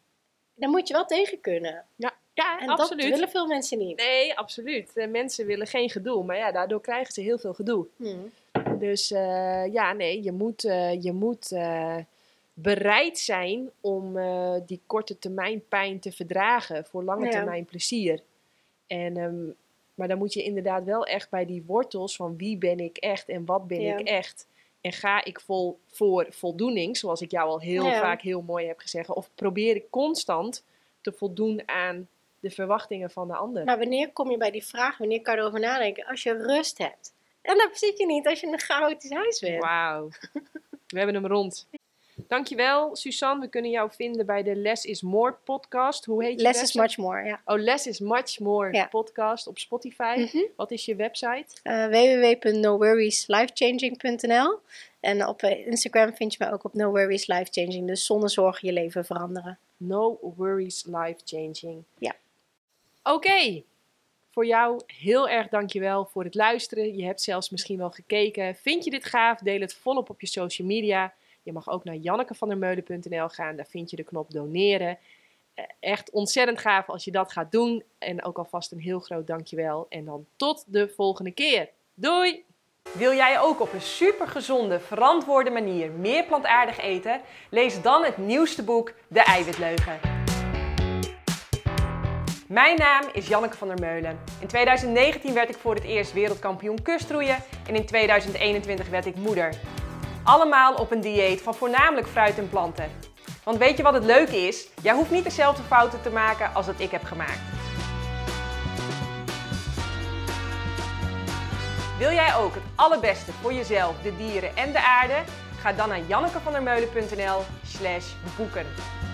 daar moet je wel tegen kunnen. Ja, ja En absoluut. dat willen veel mensen niet. Nee, absoluut. Uh, mensen willen geen gedoe, maar ja, daardoor krijgen ze heel veel gedoe. Hmm. Dus uh, ja, nee, je moet, uh, je moet uh, bereid zijn om uh, die korte termijn pijn te verdragen voor lange Ja. termijn plezier. En, um, maar dan moet je inderdaad wel echt bij die wortels van wie ben ik echt en wat ben Ja. ik echt. En ga ik vol voor voldoening, zoals ik jou al heel Ja. vaak heel mooi heb gezegd. Of probeer ik constant te voldoen aan de verwachtingen van de ander. Maar wanneer kom je bij die vraag, wanneer kan je erover nadenken? Als je rust hebt. En dat zit je niet als je in een chaotisch huis bent. Wauw. We hebben hem rond. Dankjewel, Suzanne. We kunnen jou vinden bij de Less is More podcast. Hoe heet je Less website? is much more, ja. Oh, Less is Much More Ja. podcast op Spotify. Mm-hmm. Wat is je website? Uh, w w w punt no worries life changing punt n l. En op uh, Instagram vind je mij ook op No Worries Life Changing. Dus zonder zorgen je leven veranderen. No Worries Life Changing. Ja. Oké. Okay. Voor jou heel erg dankjewel voor het luisteren. Je hebt zelfs misschien wel gekeken. Vind je dit gaaf? Deel het volop op je social media. Je mag ook naar jannekevandermeulen punt n l gaan. Daar vind je de knop doneren. Echt ontzettend gaaf als je dat gaat doen. En ook alvast een heel groot dankjewel. En dan tot de volgende keer. Doei! Wil jij ook op een supergezonde, verantwoorde manier meer plantaardig eten? Lees dan het nieuwste boek De Eiwitleugen. Mijn naam is Janneke van der Meulen. In tweeduizend negentien werd ik voor het eerst wereldkampioen kustroeien en in tweeduizend eenentwintig werd ik moeder. Allemaal op een dieet van voornamelijk fruit en planten. Want weet je wat het leuke is? Jij hoeft niet dezelfde fouten te maken als dat ik heb gemaakt. Wil jij ook het allerbeste voor jezelf, de dieren en de aarde? Ga dan naar jannekevandermeulen punt n l slash boeken.